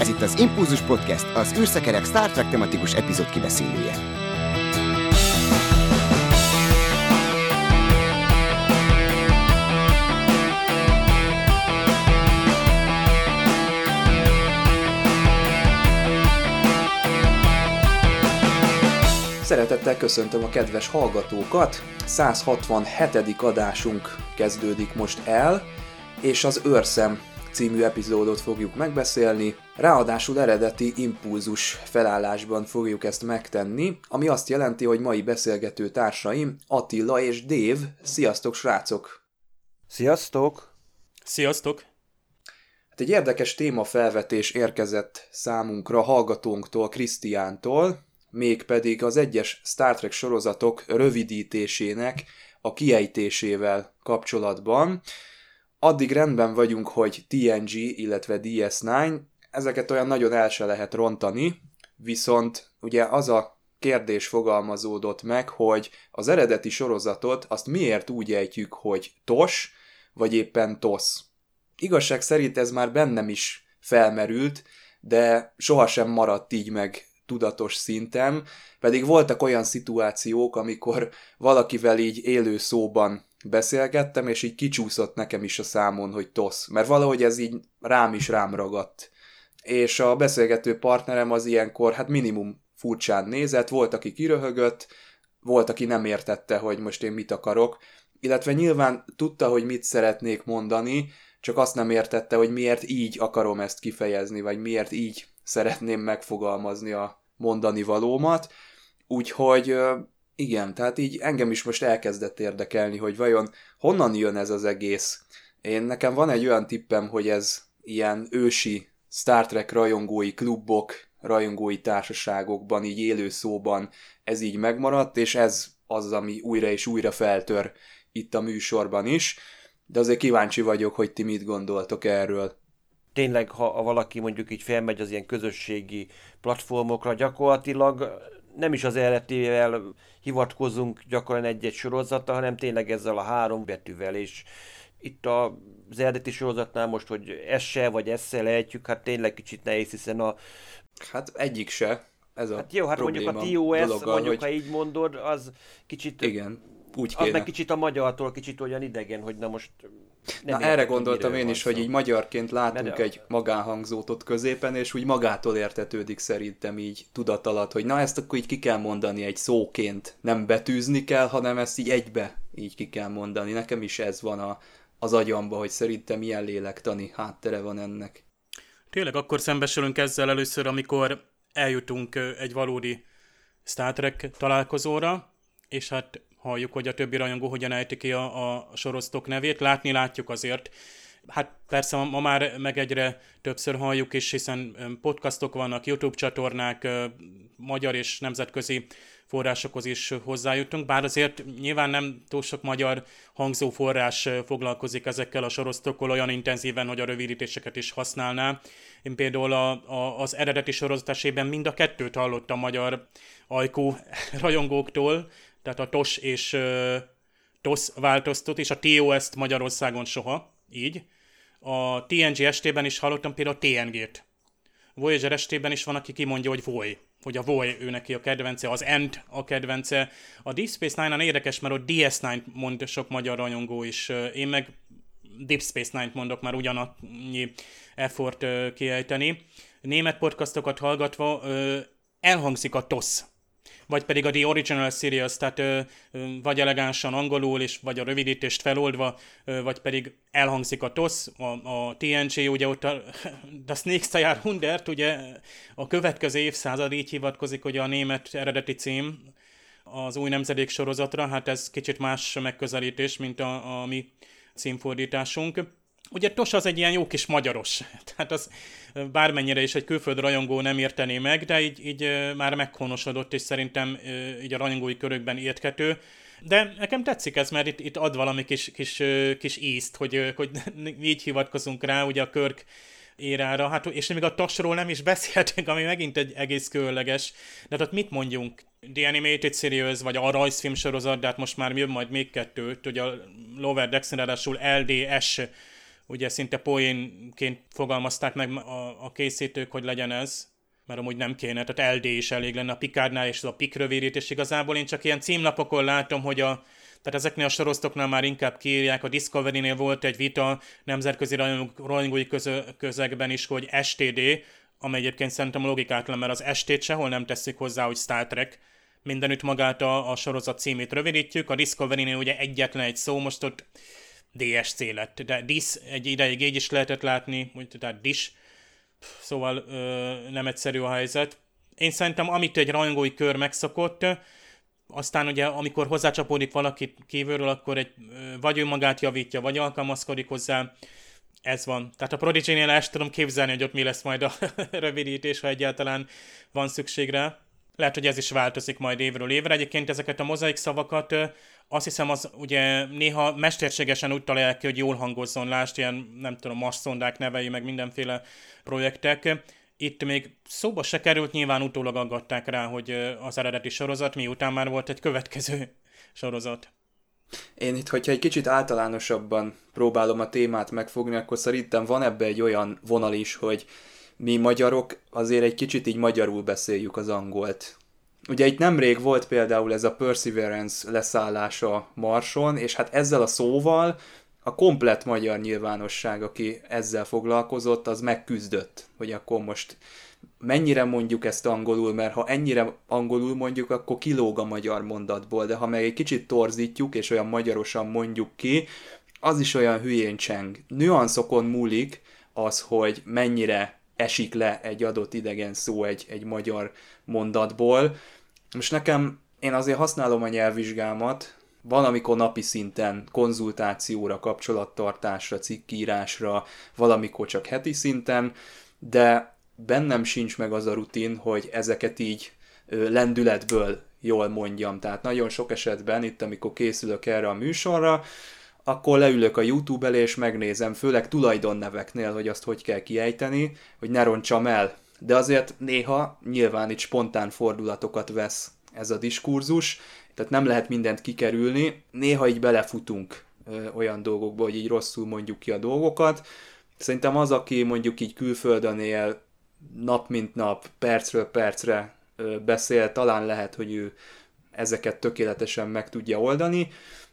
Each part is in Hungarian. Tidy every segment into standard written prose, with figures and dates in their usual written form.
Ez itt az Impulzus Podcast, az űrszekerek Star Trek tematikus epizód kibeszélője. Szeretettel köszöntöm a kedves hallgatókat, 167. adásunk kezdődik most el, és az Őrszem című epizódot fogjuk megbeszélni, ráadásul eredeti impulzus felállásban fogjuk ezt megtenni, ami azt jelenti, hogy mai beszélgető társaim Attila és Dave. Sziasztok, srácok! Sziasztok! Sziasztok! Hát egy érdekes témafelvetés érkezett számunkra hallgatónktól, Krisztiántól, mégpedig az egyes Star Trek sorozatok rövidítésének a kiejtésével kapcsolatban. Addig rendben vagyunk, hogy TNG, illetve DS9, ezeket olyan nagyon el se lehet rontani, viszont ugye az a kérdés fogalmazódott meg, hogy az eredeti sorozatot azt miért úgy ejtjük, hogy TOS, vagy éppen TOS. Igazság szerint ez már bennem is felmerült, de sohasem maradt így meg tudatos szinten, pedig voltak olyan szituációk, amikor valakivel így élő szóban beszélgettem, és így kicsúszott nekem is a számon, hogy TOS, mert valahogy ez így rám ragadt. És a beszélgető partnerem az ilyenkor, hát minimum furcsán nézett, volt, aki kiröhögött, volt, aki nem értette, hogy most én mit akarok, illetve nyilván tudta, hogy mit szeretnék mondani, csak azt nem értette, hogy miért így akarom ezt kifejezni, vagy miért így szeretném megfogalmazni a mondani valómat. Úgyhogy igen, tehát így engem is most elkezdett érdekelni, hogy vajon honnan jön ez az egész. Nekem van egy olyan tippem, hogy ez ilyen ősi Star Trek rajongói klubok, rajongói társaságokban, így élő szóban ez így megmaradt, és ez az, ami újra és újra feltör itt a műsorban is. De azért kíváncsi vagyok, hogy ti mit gondoltok erről. Tényleg, ha valaki mondjuk így felmegy az ilyen közösségi platformokra, gyakorlatilag nem is az eredetivel hivatkozunk gyakran egy-egy sorozatra, hanem tényleg ezzel a 3 betűvel, és itt az eredeti sorozatnál most, hogy S-sel vagy S-szel ejtjük, hát tényleg kicsit nehéz, hiszen a... Hát egyik se, ez a hát jó, hát probléma mondjuk a TOS, dologgal, mondjuk hogy... ha így mondod, az kicsit... Igen, úgy kéne. Az meg kicsit a magyartól kicsit olyan idegen, hogy na most... Na erre gondoltam én is, hogy így magyarként látunk egy magánhangzót ott középen, és úgy magától értetődik szerintem így tudat alatt, hogy na ezt akkor így ki kell mondani egy szóként. Nem betűzni kell, hanem ezt így egybe így ki kell mondani. Nekem is ez van az agyamba, hogy szerintem ilyen lélektani háttere van ennek. Tényleg akkor szembesülünk ezzel először, amikor eljutunk egy valódi Star Trek találkozóra, és hát halljuk, hogy a többi rajongó hogyan ejti ki a sorozatok nevét. Látjuk azért. Hát persze ma már meg egyre többször halljuk is, hiszen podcastok vannak, YouTube csatornák, magyar és nemzetközi forrásokhoz is hozzájutunk, bár azért nyilván nem túl sok magyar hangzó forrás foglalkozik ezekkel a sorozatokkal olyan intenzíven, hogy a rövidítéseket is használná. Én például az eredeti sorozat esetében mind a kettőt hallottam magyar ajkú rajongóktól, tehát a TOS és TOS változtat, és a TOS-t Magyarországon soha, így. A TNG estében is hallottam például a TNG-t. Voyager estében is van, aki kimondja, hogy Voy, hogy a Voy ő neki a kedvence, az End a kedvence. A Deep Space Nine-an érdekes, mert ott DS9 mond sok magyar rajongó is. Én meg Deep Space Nine-t mondok, már ugyanannyi effort kiejteni. Német podcastokat hallgatva elhangzik a TOS, vagy pedig a The Original Series, tehát vagy elegánsan angolul, és vagy a rövidítést feloldva, vagy pedig elhangzik a TOS, a TNG, ugye ott a Das nächste Jahrhundert, ugye a következő évszázad így hivatkozik, hogy a német eredeti cím az új nemzedék sorozatra, hát ez kicsit más megközelítés, mint a mi címfordításunk. Ugye TOS az egy ilyen jó kis magyaros, tehát az bármennyire is egy külföld rajongó nem értené meg, de így már meghonosodott, és szerintem így a rajongói körökben érthető. De nekem tetszik ez, mert itt ad valami kis ízt, hogy így hivatkozunk rá, ugye a Kirk érára, hát, és még a TOS-ról nem is beszéltünk, ami megint egy egész különleges. De hát ott mit mondjunk? The Animated Series, vagy a rajzfilm sorozat, de hát most már jön majd még 2, ugye a Lower Decks, ráadásul LDS ugye szinte poénként fogalmazták meg a készítők, hogy legyen ez, mert amúgy nem kéne, tehát LD is elég lenne a Picardnál, és a Pic rövidítés igazából. Én csak ilyen címlapokon látom, hogy tehát ezeknél a sorozatoknál már inkább kiírják, a Discovery-nél volt egy vita nemzetközi rajongói közegben is, hogy STD, amely egyébként szerintem logikátlan, mert az ST-t sehol nem teszik hozzá, hogy Star Trek. Mindenütt magát a sorozat címét rövidítjük, a Discovery-nél ugye egyetlen egy szó, most ott DSC lett, de DIS egy ideig így is lehetett látni, tehát DIS, szóval nem egyszerű a helyzet. Én szerintem, amit egy rajongói kör megszokott, aztán ugye, amikor hozzácsapódik valaki kívülről, akkor vagy ő magát javítja, vagy alkalmazkodik hozzá. Ez van. Tehát a Prodigy-nél el tudom képzelni, hogy ott mi lesz majd a rövidítés, ha egyáltalán van szükség rá. Lehet, hogy ez is változik majd évről évre. Egyébként ezeket a mozaik szavakat azt hiszem, az ugye néha mesterségesen úgy találják ki, hogy jól hangozzon. Lásd, ilyen, nem tudom, Mars-szondák nevei, meg mindenféle projektek. Itt még szóba se került, nyilván utólag aggatták rá, hogy az eredeti sorozat, miután már volt egy következő sorozat. Én itt, hogyha egy kicsit általánosabban próbálom a témát megfogni, akkor szerintem van ebbe egy olyan vonal is, hogy mi magyarok azért egy kicsit így magyarul beszéljük az angolt. Ugye itt nemrég volt például ez a Perseverance leszállása Marson, és hát ezzel a szóval a komplett magyar nyilvánosság, aki ezzel foglalkozott, az megküzdött, hogy akkor most mennyire mondjuk ezt angolul, mert ha ennyire angolul mondjuk, akkor kilóg a magyar mondatból, de ha meg egy kicsit torzítjuk, és olyan magyarosan mondjuk ki, az is olyan hülyén cseng. Nüanszokon múlik az, hogy mennyire esik le egy adott idegen szó egy magyar mondatból. Most nekem, én azért használom a nyelvvizsgámat, valamikor napi szinten konzultációra, kapcsolattartásra, cikkírásra, valamikor csak heti szinten, de bennem sincs meg az a rutin, hogy ezeket így lendületből jól mondjam. Tehát nagyon sok esetben itt, amikor készülök erre a műsorra, akkor leülök a YouTube elé, és megnézem, főleg tulajdonneveknél, hogy azt hogy kell kiejteni, hogy ne roncsam el. De azért néha nyilván itt spontán fordulatokat vesz ez a diskurzus, tehát nem lehet mindent kikerülni, néha így belefutunk olyan dolgokba, hogy így rosszul mondjuk ki a dolgokat. Szerintem az, aki mondjuk így külföldön él, nap mint nap, percről percre beszél, talán lehet, hogy ő ezeket tökéletesen meg tudja oldani,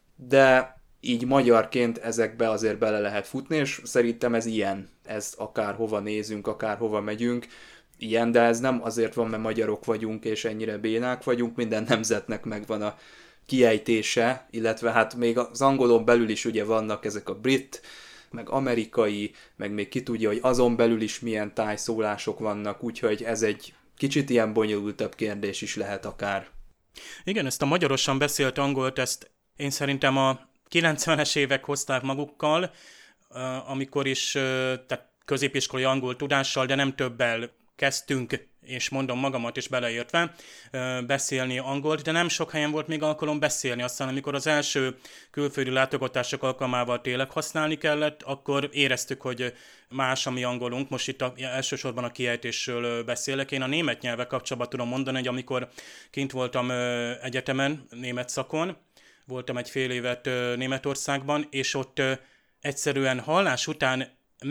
de így magyarként ezekbe azért bele lehet futni, és szerintem ez ilyen, ez akárhova nézünk, akárhova megyünk, ilyen, de ez nem azért van, mert magyarok vagyunk, és ennyire bénák vagyunk, minden nemzetnek megvan a kiejtése, illetve hát még az angolon belül is ugye vannak ezek a brit, meg amerikai, meg még ki tudja, hogy azon belül is milyen tájszólások vannak, úgyhogy ez egy kicsit ilyen bonyolultabb kérdés is lehet akár. Igen, ezt a magyarosan beszélt angolt, ezt én szerintem a 90-es évek hozták magukkal, amikor is tehát középiskolai angol tudással, de nem többel kezdtünk, és mondom magamat is beleértve, beszélni angolt, de nem sok helyen volt még alkalom beszélni. Aztán amikor az első külföldi látogatások alkalmával tényleg használni kellett, akkor éreztük, hogy más a mi angolunk. Most itt elsősorban a kiejtésről beszélek. Én a német nyelvvel kapcsolatban tudom mondani, hogy amikor kint voltam egyetemen, német szakon, voltam egy fél évet Németországban, és ott egyszerűen hallás után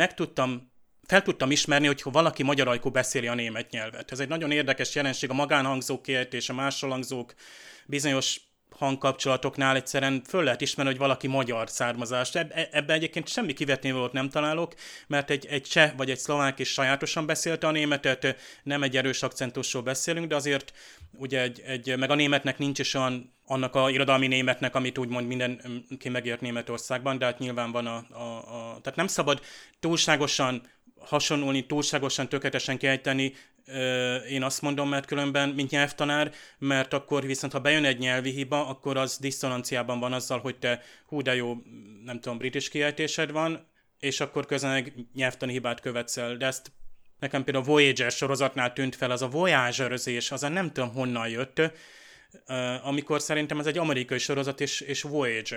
fel tudtam ismerni, hogy valaki magyar ajkú beszéli a német nyelvet. Ez egy nagyon érdekes jelenség, a magánhangzók kiejtése, másolhangzók, bizonyos hangkapcsolatoknál egyszerűen föl lehet ismerni, hogy valaki magyar származást. Ebben egyébként semmi kivetnivalót nem találok, mert egy cseh vagy egy szlovák is sajátosan beszélte a németet, nem egy erős akcentusról beszélünk, de azért ugye meg a németnek nincs is olyan, annak a irodalmi németnek, amit úgymond mindenki megért Németországban, de hát nyilván van tehát nem szabad túlságosan hasonlulni, túlságosan tökéletesen kiejteni, én azt mondom, mert különben, mint nyelvtanár, mert akkor viszont, ha bejön egy nyelvi hiba, akkor az diszonanciában van azzal, hogy te de jó, nem tudom, british kiejtésed van, és akkor közben nyelvtani hibát követsz el. De ezt nekem például a Voyager sorozatnál tűnt fel, az a Voyager-özés, az nem tudom honnan jött, amikor szerintem ez egy amerikai sorozat és Voyager.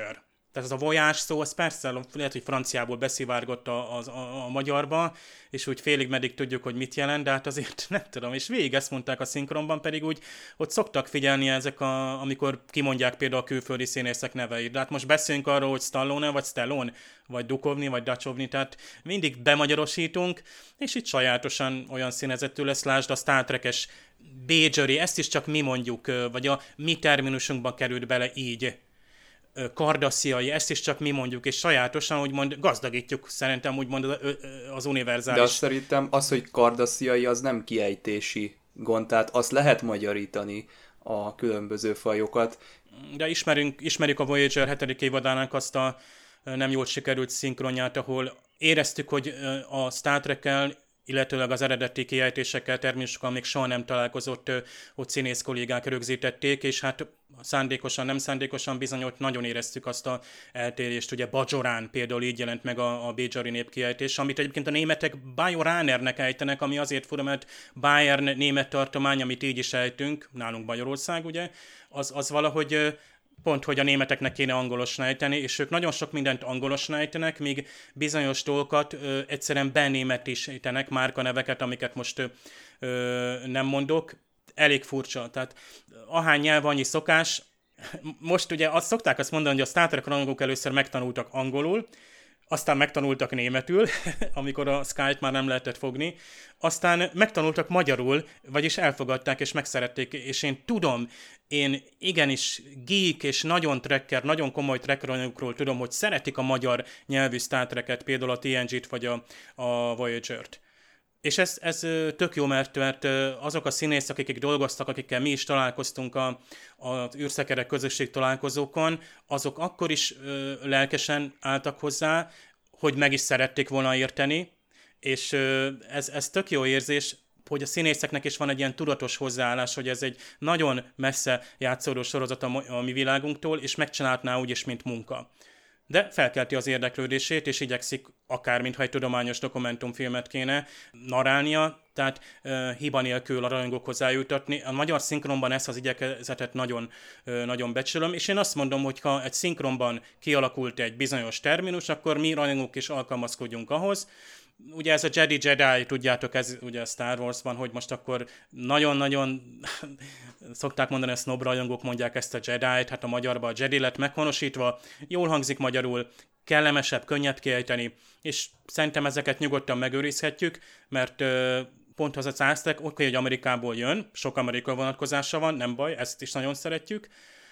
Tehát az a voyage szó, az persze lehet, hogy franciából beszivárgott a magyarba, és úgy félig meddig tudjuk, hogy mit jelent, de hát azért nem tudom, és végig ezt mondták a szinkronban, pedig úgy ott szoktak figyelni amikor kimondják például a külföldi színészek neveit. De hát most beszélünk arról, hogy Stallone, vagy Stallone, vagy Duchovny, vagy Duchovny, tehát mindig bemagyarosítunk, és itt sajátosan olyan színezetű lesz, lásd a Star Trek-es Bajori, ezt is csak mi mondjuk, vagy a mi terminusunkban került bele így. Kardassziai, ezt is csak mi mondjuk, és sajátosan úgymond gazdagítjuk szerintem úgymond az univerzális. De azt szerintem az, hogy kardassziai, az nem kiejtési gond, tehát azt lehet magyarítani a különböző fajokat. De ismerjük a Voyager 7. évadának azt a nem jól sikerült szinkronját, ahol éreztük, hogy a Star Trek-kel, illetőleg az eredeti kiejtésekkel, természetesen még soha nem találkozott, ott színész kollégák rögzítették, és hát szándékosan, nem szándékosan bizony ott nagyon éreztük azt a eltérést. Ugye Bajorán például így jelent meg a Bajori népkiejtés, amit egyébként a németek Bajoránernek ejtenek, ami azért fura, mert Bayern német tartomány, amit így is ejtünk, nálunk Bajorország, ugye, az valahogy pont, hogy a németeknek kéne angolosra ejteni, és ők nagyon sok mindent angolosra ejtenek, míg bizonyos dolgokat egyszerűen benémet is ejtenek, márkaneveket, amiket most nem mondok. Elég furcsa. Tehát ahány nyelv, annyi szokás. Most ugye szokták azt mondani, hogy a Star Trek rajongók először megtanultak angolul, aztán megtanultak németül, amikor a Skype már nem lehetett fogni, aztán megtanultak magyarul, vagyis elfogadták és megszerették, és én tudom, én igenis geek és nagyon trekker, nagyon komoly trekkeranyagokról tudom, hogy szeretik a magyar nyelvű Star Trek-et, például a TNG-t vagy a Voyager-t. És ez tök jó, mert azok a színészek, akik dolgoztak, akikkel mi is találkoztunk az űrszekerek közösség találkozókon, azok akkor is lelkesen álltak hozzá, hogy meg is szerették volna érteni, és ez tök jó érzés, hogy a színészeknek is van egy ilyen tudatos hozzáállás, hogy ez egy nagyon messze játszódó sorozat a mi világunktól, és megcsinálhatná úgyis, mint munka. De felkelti az érdeklődését, és igyekszik akár, mintha egy tudományos dokumentumfilmet kéne narrálnia, tehát hiba nélkül a rajongókhoz eljutatni. A magyar szinkronban ezt az igyekezetet nagyon, nagyon becsülöm, és én azt mondom, hogy ha egy szinkronban kialakult egy bizonyos terminus, akkor mi rajongók is alkalmazkodjunk ahhoz. Ugye ez a Jedi, tudjátok, ez ugye a Star Warsban, hogy most akkor nagyon-nagyon szokták mondani, a snob rajongók mondják ezt a Jedi-t, hát a magyarban a Jedi lett meghonosítva, jól hangzik magyarul, kellemesebb, könnyebb kiejteni, és szerintem ezeket nyugodtan megőrizhetjük, mert pont az a Star Trek, oké, hogy Amerikából jön, sok amerikai vonatkozása van, nem baj, ezt is nagyon szeretjük,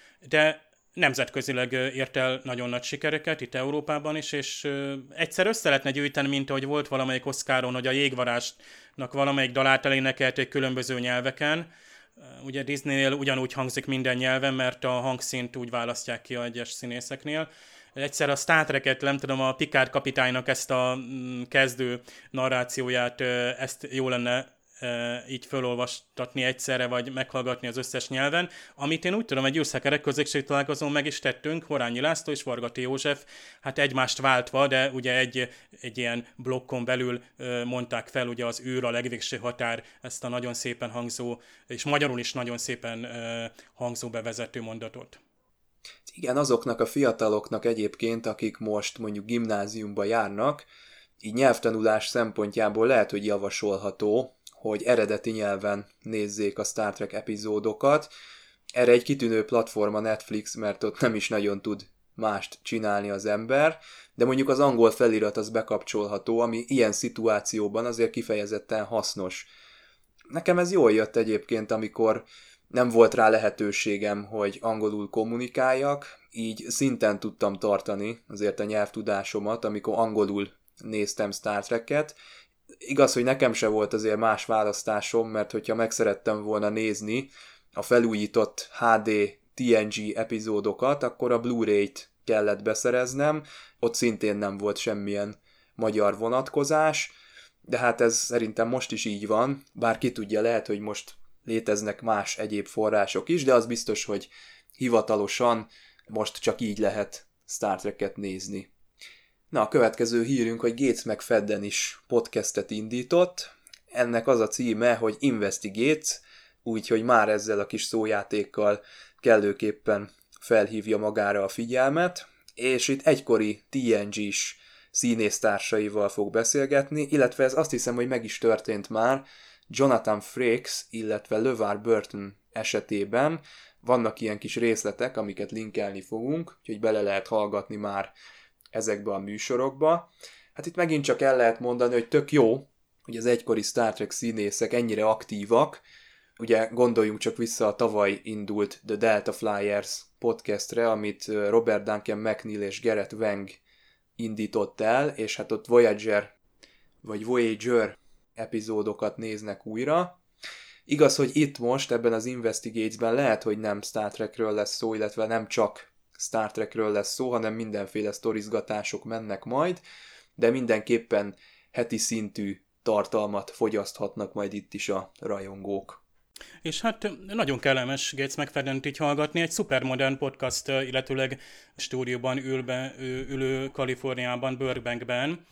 de nemzetközileg ért el nagyon nagy sikereket, itt Európában is, és egyszer össze lehetne gyűjteni, mint ahogy volt valamelyik Oscaron, hogy a Jégvarázsnak valamelyik dalát elénekelték különböző nyelveken. Ugye Disneynél ugyanúgy hangzik minden nyelven, mert a hangszínt úgy választják ki a egyes színészeknél. Egyszer a Star Trek-et, nem tudom, a Picard kapitánynak ezt a kezdő narrációját, ezt jó lenne így felolvastatni egyszerre, vagy meghallgatni az összes nyelven, amit én úgy tudom, egy űrszekerek közösség találkozón meg is tettünk, Horányi László és Vargati József, hát egymást váltva, de ugye egy ilyen blokkon belül mondták fel ugye az űr a legvégső határ, ezt a nagyon szépen hangzó, és magyarul is nagyon szépen hangzó bevezető mondatot. Igen, azoknak a fiataloknak egyébként, akik most mondjuk gimnáziumba járnak, így nyelvtanulás szempontjából lehet, hogy javasolható, hogy eredeti nyelven nézzék a Star Trek epizódokat. Erre egy kitűnő platform a Netflix, mert ott nem is nagyon tud mást csinálni az ember, de mondjuk az angol felirat az bekapcsolható, ami ilyen szituációban azért kifejezetten hasznos. Nekem ez jól jött egyébként, amikor nem volt rá lehetőségem, hogy angolul kommunikáljak, így szinten tudtam tartani azért a nyelvtudásomat, amikor angolul néztem Star Trek-et. Igaz, hogy nekem se volt azért más választásom, mert hogyha meg szerettem volna nézni a felújított HD TNG epizódokat, akkor a Blu-ray-t kellett beszereznem, ott szintén nem volt semmilyen magyar vonatkozás, de hát ez szerintem most is így van, bár ki tudja, lehet, hogy most léteznek más egyéb források is, de az biztos, hogy hivatalosan most csak így lehet Star Trek-et nézni. Na, a következő hírünk, hogy Gates McFadden is podcastet indított. Ennek az a címe, hogy Investigates, úgyhogy már ezzel a kis szójátékkal kellőképpen felhívja magára a figyelmet. és itt egykori TNG-s színésztársaival fog beszélgetni, illetve ez azt hiszem, hogy meg is történt már Jonathan Frakes, illetve LeVar Burton esetében. Vannak ilyen kis részletek, amiket linkelni fogunk, úgyhogy bele lehet hallgatni már ezekbe a műsorokba. Hát itt megint csak el lehet mondani, hogy tök jó, hogy az egykori Star Trek színészek ennyire aktívak. Ugye gondoljunk csak vissza a tavaly indult The Delta Flyers podcastre, amit Robert Duncan McNeil és Gareth Wang indított el, és hát ott Voyager epizódokat néznek újra. Igaz, hogy itt most ebben az Investigates-ben lehet, hogy nem Star Trekről lesz szó, illetve nem csak Star Trekről lesz szó, hanem mindenféle sztorizgatások mennek majd, de mindenképpen heti szintű tartalmat fogyaszthatnak majd itt is a rajongók. És hát nagyon kellemes Gates McFadden-t így hallgatni, egy szupermodern podcast, illetőleg stúdióban ülő Kaliforniában, Burbankben,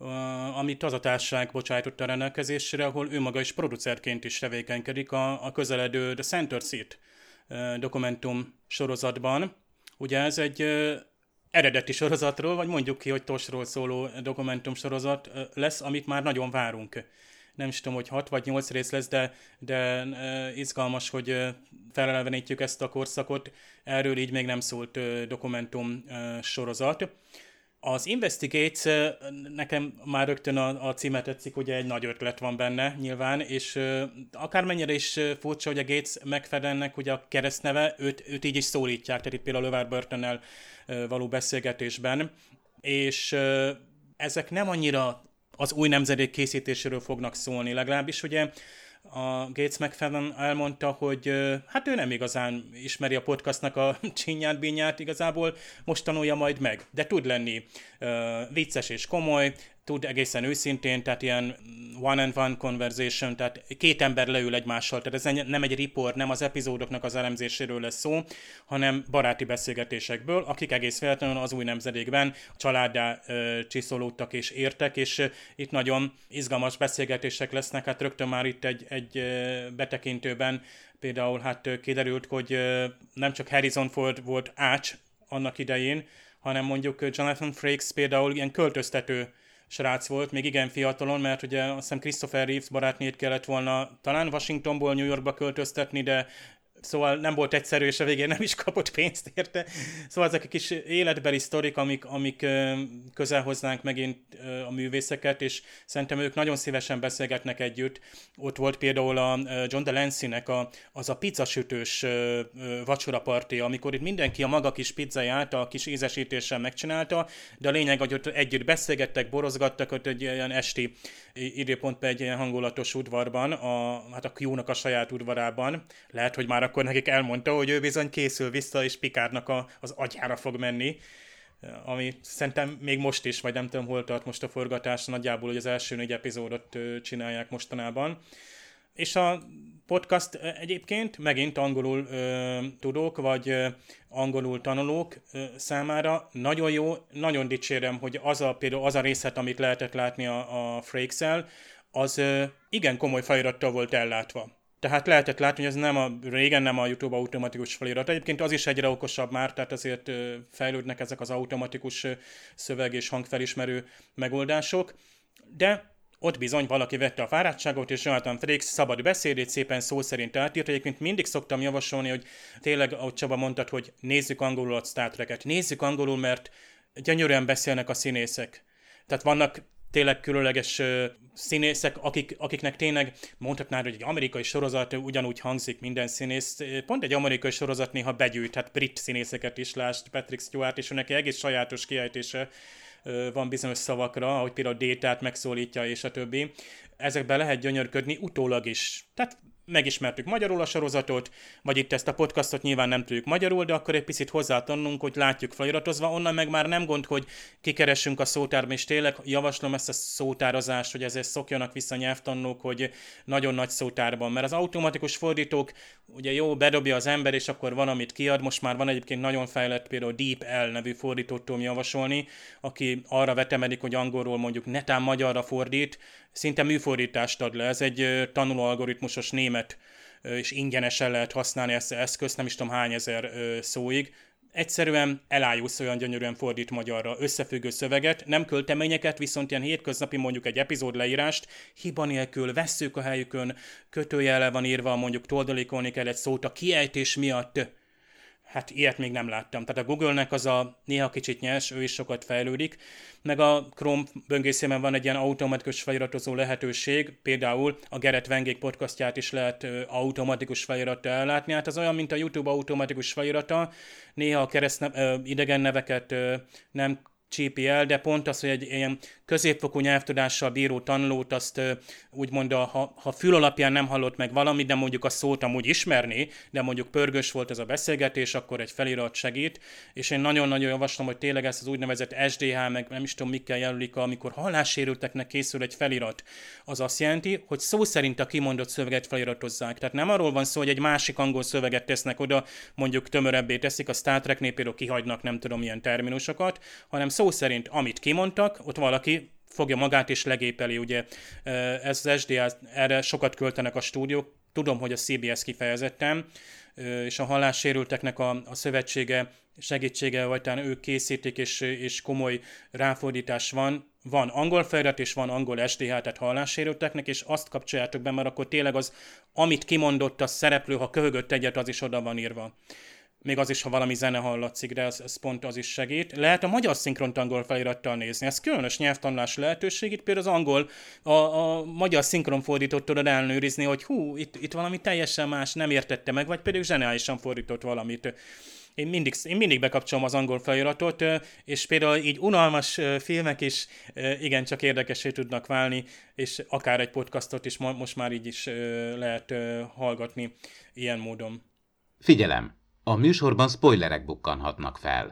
amit az a társaság bocsájtotta rendelkezésre, ahol ő maga is producerként is tevékenykedik a közeledő The Center Seat dokumentum sorozatban. Ugye ez egy eredeti sorozatról, vagy mondjuk ki, hogy TOS-ról szóló dokumentum sorozat lesz, amit már nagyon várunk. Nem is tudom, hogy 6 vagy 8 rész lesz, de izgalmas, hogy felelevenítjük ezt a korszakot. Erről így még nem szólt dokumentum sorozat. Az Investigates, nekem már rögtön a címe tetszik, ugye egy nagy ötlet van benne nyilván, és akármennyire is furcsa, hogy a Gates McFaddennek ugye a keresztneve, őt így is szólítják, tehát itt például LeVar Burtonnel való beszélgetésben, és ezek nem annyira az új nemzedék készítéséről fognak szólni, legalábbis ugye a Gates McFadden elmondta, hogy hát ő nem igazán ismeri a podcastnak a csinyát, bínyát, igazából most tanulja majd meg, de tud lenni vicces és komoly, tud egészen őszintén, tehát ilyen one-on-one conversation, tehát két ember leül egymással, tehát ez nem egy report, nem az epizódoknak az elemzéséről lesz szó, hanem baráti beszélgetésekből, akik egész véletlenül az új nemzedékben családdá csiszolódtak és értek, és itt nagyon izgalmas beszélgetések lesznek, hát rögtön már itt egy betekintőben például hát kiderült, hogy nem csak Harrison Ford volt ács annak idején, hanem mondjuk Jonathan Frakes például ilyen költöztető srác volt, még igen fiatalon, mert ugye azt hiszem Christopher Reeves barátnét kellett volna talán Washingtonból New Yorkba költöztetni, de szóval nem volt egyszerű, és a végén nem is kapott pénzt érte. Szóval ezek a kis életbeli sztorik, amik közel hoznánk megint a művészeket, és szerintem ők nagyon szívesen beszélgetnek együtt. Ott volt például a John Delancey-nek az a pizzasütős vacsoraparti, amikor itt mindenki a maga kis pizzáját a kis ízesítéssel megcsinálta, de a lényeg, hogy ott együtt beszélgettek, borozgattak ott egy ilyen esti időpontban egy ilyen hangulatos udvarban, hát a Q-nak a saját udvarában. Lehet, hogy már akkor nekik elmondta, hogy ő bizony készül vissza, és Picardnak az agyára fog menni, ami szerintem még most is, vagy nem tudom, hol tart most a forgatás, nagyjából, hogy az első 4 epizódot csinálják mostanában. És a podcast egyébként megint angolul tudók, vagy angolul tanulók számára nagyon jó, nagyon dicsérem, hogy például az a részlet, amit lehetett látni a Frakes-el, az igen komoly felirattal volt ellátva. Tehát lehetett látni, hogy ez régen nem a YouTube automatikus felirat. Egyébként az is egyre okosabb már, tehát azért fejlődnek ezek az automatikus szöveg- és hangfelismerő megoldások. De ott bizony valaki vette a fáradtságot, és Jonathan Frakes szabad beszédét szépen szó szerint átírt. Egyébként mindig szoktam javasolni, hogy tényleg, ahogy Csaba mondtad, hogy nézzük angolul a Star Trek-et. Nézzük angolul, mert gyönyörűen beszélnek a színészek. Tehát vannak tényleg különleges színészek, akiknek tényleg mondhatnád, hogy egy amerikai sorozat ugyanúgy hangzik minden színész. Pont egy amerikai sorozat néha begyűjt, hát brit színészeket is, lásd Patrick Stewart, és neki egész sajátos kiejtése van bizonyos szavakra, ahogy például Détát megszólítja, és a többi. Ezekben lehet gyönyörködni utólag is. Tehát megismertük magyarul a sorozatot, vagy itt ezt a podcastot nyilván nem tudjuk magyarul, de akkor egy picit hozzátannunk, hogy látjuk feliratozva, onnan meg már nem gond, hogy kikeressünk a szótárban, és tényleg javaslom ezt a szótározást, hogy ezért szokjanak vissza nyelvtanulók, hogy nagyon nagy szótárban, mert az automatikus fordítók, ugye jó, bedobja az ember, és akkor van, amit kiad, most már van egyébként nagyon fejlett, például DeepL nevű fordítót tudom javasolni, aki arra vetemedik, hogy angolról mondjuk netán magyarra fordít, szinte műfordítást ad le, ez egy tanulóalgoritmusos német, és ingyenesen lehet használni ezt az eszközt, nem is tudom hány ezer szóig. egyszerűen elájulsz, olyan gyönyörűen fordít magyarra összefüggő szöveget, nem költeményeket, viszont ilyen hétköznapi mondjuk egy epizód leírást, hiba nélkül, vesszők a helyükön, kötőjellel van írva, mondjuk toldalékolni kell egy szót a kiejtés miatt. Hát ilyet még nem láttam. Tehát a Google-nek az a néha kicsit nyers, ő is sokat fejlődik, meg a Chrome böngészőben van egy ilyen automatikus feliratozó lehetőség, például a Gerett Vengék podcastját is lehet automatikus felirattal ellátni, hát az olyan, mint a YouTube automatikus felirata, néha a idegen neveket nem csípi el, de pont az, hogy egy ilyen középfokú nyelvtudással bíró tanulót azt úgymond, ha fül alapján nem hallott meg valamit, de mondjuk a szót amúgy ismerné, de mondjuk pörgős volt ez a beszélgetés, akkor egy felirat segít, és én nagyon-nagyon javaslom, hogy tényleg ezt az úgynevezett SDH, meg nem is tudom mikkel jelölik, amikor hallássérülteknek készül egy felirat, az azt jelenti, hogy szó szerint a kimondott szöveget feliratozzák. Tehát nem arról van szó, hogy egy másik angol szöveget tesznek oda, mondjuk tömörebbé teszik, a Star Treknél például kihagynak nem tudom milyen terminusokat, hanem szó szerint, amit kimondtak, ott valaki fogja magát és legépeli, ugye ez az SDA, erre sokat költenek a stúdiók, tudom, hogy a CBS kifejezetten, és a hallássérülteknek a szövetsége segítsége, vagy talán ők készítik, és komoly ráfordítás van angol felirat, és van angol SDH, tehát hallássérülteknek, és azt kapcsoljátok be, mert akkor tényleg az, amit kimondott a szereplő, ha köhögött egyet, az is oda van írva. Még az is, ha valami zene hallatszik, de ez pont az is segít. Lehet a magyar szinkront angol felirattal nézni. Ez különös nyelvtanulás lehetőség. Itt például az angol, a magyar szinkronfordítót tudod ellenőrizni, hogy itt valami teljesen más, nem értette meg, vagy pedig zseniálisan fordított valamit. Én mindig bekapcsolom az angol feliratot, és például így unalmas filmek is igencsak érdekessé tudnak válni, és akár egy podcastot is most már így is lehet hallgatni ilyen módon. Figyelem! A műsorban spoilerek bukkanhatnak fel.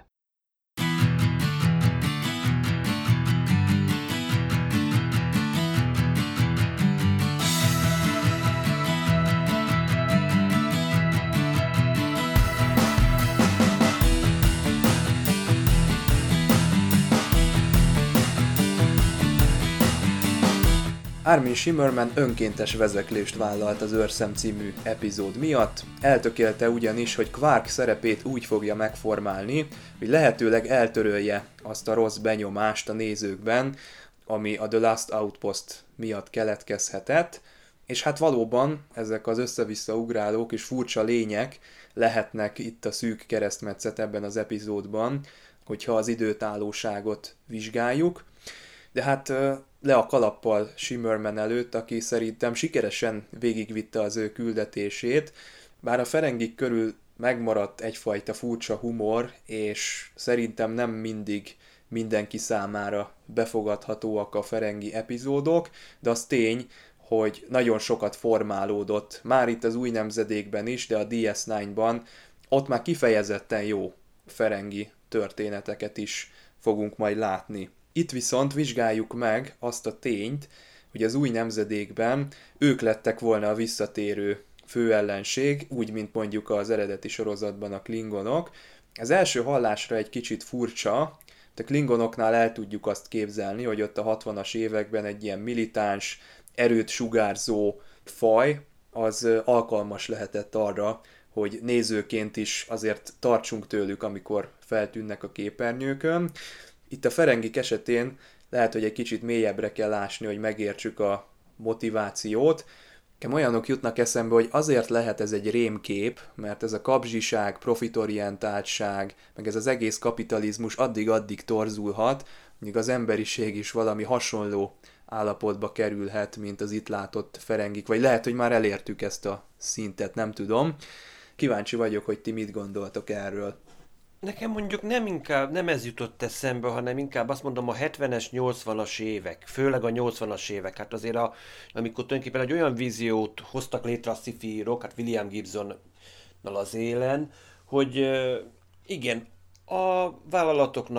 Armin Shimmerman önkéntes vezeklést vállalt az Őrszem című epizód miatt, eltökélte ugyanis, hogy Quark szerepét úgy fogja megformálni, hogy lehetőleg eltörölje azt a rossz benyomást a nézőkben, ami a The Last Outpost miatt keletkezhetett, és hát valóban ezek az össze-vissza ugrálók és furcsa lények lehetnek itt a szűk keresztmetszet ebben az epizódban, hogyha az időtállóságot vizsgáljuk, de hát le a kalappal Shimmerman előtt, aki szerintem sikeresen végigvitte az ő küldetését, bár a Ferengik körül megmaradt egyfajta furcsa humor, és szerintem nem mindig mindenki számára befogadhatóak a ferengi epizódok, de az tény, hogy nagyon sokat formálódott, már itt az új nemzedékben is, de a DS9-ban ott már kifejezetten jó ferengi történeteket is fogunk majd látni. Itt viszont vizsgáljuk meg azt a tényt, hogy az új nemzedékben ők lettek volna a visszatérő főellenség, úgy, mint mondjuk az eredeti sorozatban a klingonok. Az első hallásra egy kicsit furcsa, a klingonoknál el tudjuk azt képzelni, hogy ott a 60-as években egy ilyen militáns, erőt sugárzó faj, az alkalmas lehetett arra, hogy nézőként is azért tartsunk tőlük, amikor feltűnnek a képernyőkön. Itt a ferengik esetén lehet, hogy egy kicsit mélyebbre kell ásni, hogy megértsük a motivációt. Nekem olyanok jutnak eszembe, hogy azért lehet ez egy rémkép, mert ez a kapzsiság, profitorientáltság, meg ez az egész kapitalizmus addig-addig torzulhat, míg az emberiség is valami hasonló állapotba kerülhet, mint az itt látott ferengik, vagy lehet, hogy már elértük ezt a szintet, nem tudom. Kíváncsi vagyok, hogy ti mit gondoltok erről. Nekem mondjuk nem ez jutott eszembe, hanem inkább azt mondom a 70-es, 80-as évek, főleg a 80-as évek. Hát azért amikor tulajdonképpen egy olyan víziót hoztak létre a sci-fi írók, hát William Gibsonnal az élen, hogy igen, a vállalatok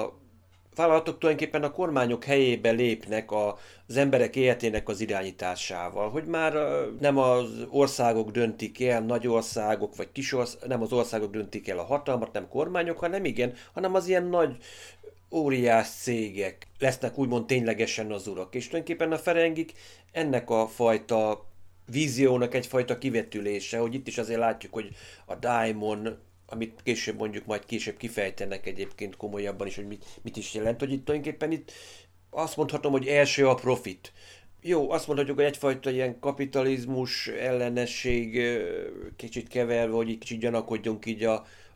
tulajdonképpen a kormányok helyébe lépnek az emberek életének az irányításával, hogy már nem az országok döntik el, nagy országok, vagy nem az országok döntik el a hatalmat, nem kormányok, hanem az ilyen nagy óriás cégek lesznek úgymond ténylegesen az urak. És tulajdonképpen a ferengik ennek a fajta víziónak egyfajta kivetülése, hogy itt is azért látjuk, hogy a Daimon amit később mondjuk majd később kifejtenek egyébként komolyabban is, hogy mit is jelent, hogy itt tulajdonképpen itt azt mondhatom, hogy első a profit. Jó, azt mondhatjuk, hogy egyfajta ilyen kapitalizmus, ellenesség kicsit keverve, hogy kicsit gyanakodjunk így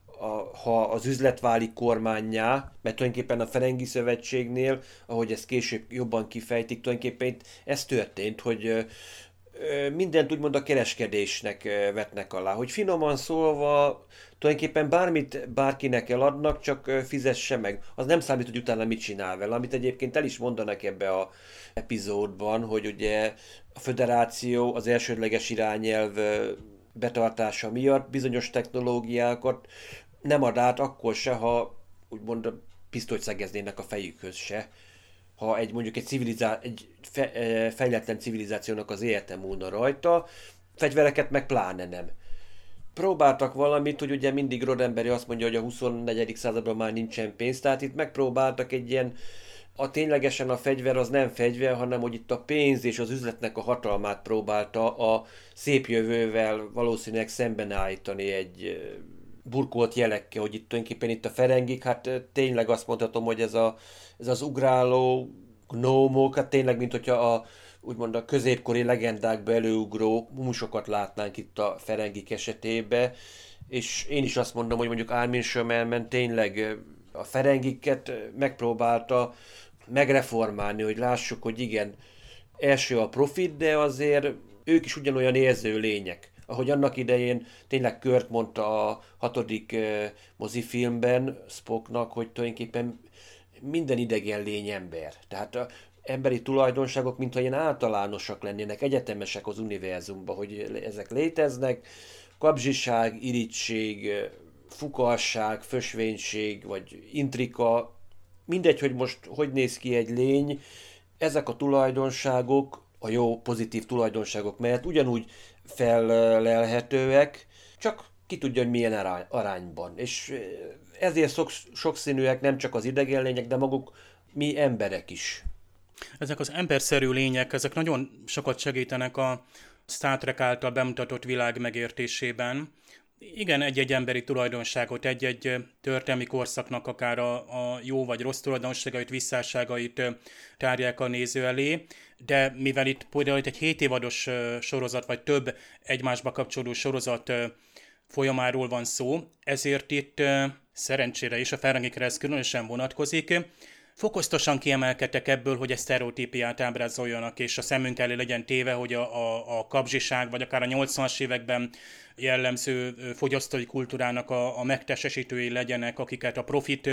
ha az üzlet válik kormánnyá, mert tulajdonképpen a Ferengi Szövetségnél, ahogy ezt később jobban kifejtik, tulajdonképpen itt ez történt, hogy mindent úgymond a kereskedésnek vetnek alá. Hogy finoman szólva, tulajdonképpen bármit bárkinek eladnak, csak fizesse meg. Az nem számít, hogy utána mit csinál vele, amit egyébként el is mondanak ebbe a epizódban, hogy ugye a föderáció az elsődleges irányelv betartása miatt bizonyos technológiákat nem ad át akkor se, ha úgymond pisztolyt szegeznének a fejükhöz se. Ha mondjuk egy fejletlen civilizációnak az élete múlna rajta, fegyvereket meg pláne nem. Próbáltak valamit, hogy ugye mindig Roddenberry azt mondja, hogy a 24. században már nincsen pénz, tehát itt megpróbáltak egy ilyen, ténylegesen a fegyver az nem fegyver, hanem hogy itt a pénz és az üzletnek a hatalmát próbálta a szép jövővel valószínűleg szemben állítani egy burkolt jelekkel, hogy itt tulajdonképpen itt a Ferengik, hát tényleg azt mondhatom, hogy ez az ugráló gnómok, hát tényleg, mint hogyha úgymond a középkori legendákba előugró mumusokat látnánk itt a Ferengik esetében, és én is azt mondom, hogy mondjuk Armin Schömerman tényleg a Ferengiket megpróbálta megreformálni, hogy lássuk, hogy igen, első a profit, de azért ők is ugyanolyan érző lények. Ahogy annak idején tényleg Kurt mondta a 6. mozifilmben Spocknak, hogy tulajdonképpen minden idegen lény ember. Tehát az emberi tulajdonságok mintha ilyen általánosak lennének, egyetemesek az univerzumban, hogy ezek léteznek. Kapzsiság, irigység, fukarság, fösvénység, vagy intrika, mindegy, hogy most hogy néz ki egy lény, ezek a tulajdonságok, a jó, pozitív tulajdonságok mellett ugyanúgy fellelhetőek, csak ki tudja, hogy milyen arányban. És ezért sokszínűek nem csak az idegen lények, de maguk mi emberek is. Ezek az emberszerű lények, ezek nagyon sokat segítenek a Star Trek által bemutatott világ megértésében. Igen, egy-egy emberi tulajdonságot, egy-egy történelmi korszaknak akár a jó vagy rossz tulajdonságait, visszásságait tárják a néző elé, de mivel itt például egy 7 évados sorozat, vagy több egymásba kapcsolódó sorozat folyamáról van szó, ezért itt szerencsére is a Ferengikre ez különösen vonatkozik. Fokozatosan kiemelkedtek ebből, hogy egy sztereotípiát ábrázoljanak, és a szemünk elé legyen téve, hogy a kapzsiság, vagy akár a 80-as években jellemző fogyasztói kultúrának a megtestesítői legyenek, akiket a profit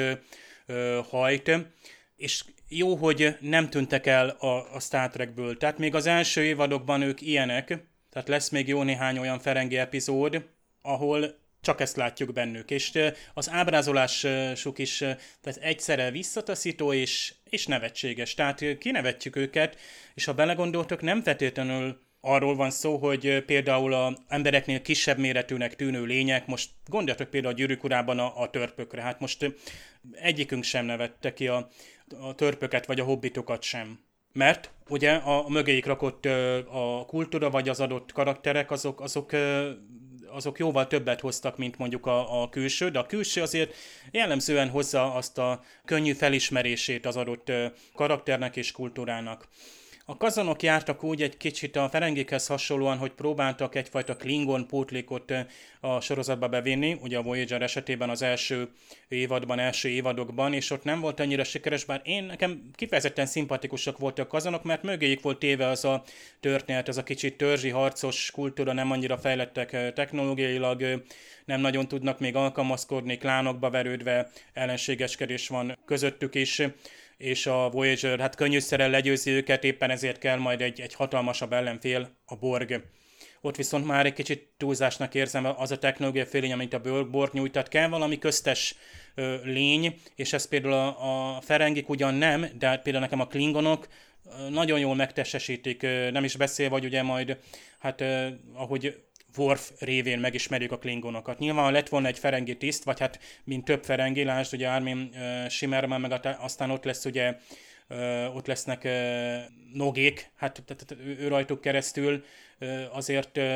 hajt. És jó, hogy nem tűntek el a Star Trekből. Tehát még az első évadokban ők ilyenek, tehát lesz még jó néhány olyan Ferengi epizód, ahol csak ezt látjuk bennük, és az ábrázolásuk is tehát egyszerre visszataszító és nevetséges. Tehát kinevetjük őket, és ha belegondoltok, nem feltétlenül arról van szó, hogy például az embereknél kisebb méretűnek tűnő lények, most gondoljatok például a Gyűrűk Urában a törpökre, hát most egyikünk sem nevette ki a törpöket vagy a hobbitokat sem. Mert ugye a mögéjük rakott a kultúra vagy az adott karakterek, azok jóval többet hoztak, mint mondjuk a külső, de a külső azért jellemzően hozza azt a könnyű felismerését az adott karakternek és kultúrának. A kazanok jártak úgy egy kicsit a Ferengikhez hasonlóan, hogy próbáltak egyfajta Klingon pótlékot a sorozatba bevinni, ugye a Voyager esetében az első évadokban, és ott nem volt annyira sikeres, bár nekem kifejezetten szimpatikusak voltak a kazanok, mert mögéjük volt téve az a történet, az a kicsit törzsi, harcos kultúra, nem annyira fejlettek technológiailag, nem nagyon tudnak még alkalmazkodni, klánokba verődve, ellenségeskedés van közöttük is, és a Voyager hát könnyűszerrel legyőzi őket, éppen ezért kell majd egy hatalmasabb ellenfél, a Borg. Ott viszont már egy kicsit túlzásnak érzem az a technológia félény, amit a Borg nyújt, tehát kell valami köztes lény, és ez például a Ferengik ugyan nem, de például nekem a Klingonok nagyon jól megtestesítik, nem is beszélve, vagy ugye majd, hát ahogy Worf révén megismerjük a Klingonokat. Nyilván lett volna egy Ferengi tiszt, vagy hát mint több Ferengi, lásd, ugye Armin Shimmerman, meg aztán ott lesz ugye, ott lesznek Nogék, hát ő rajtuk keresztül azért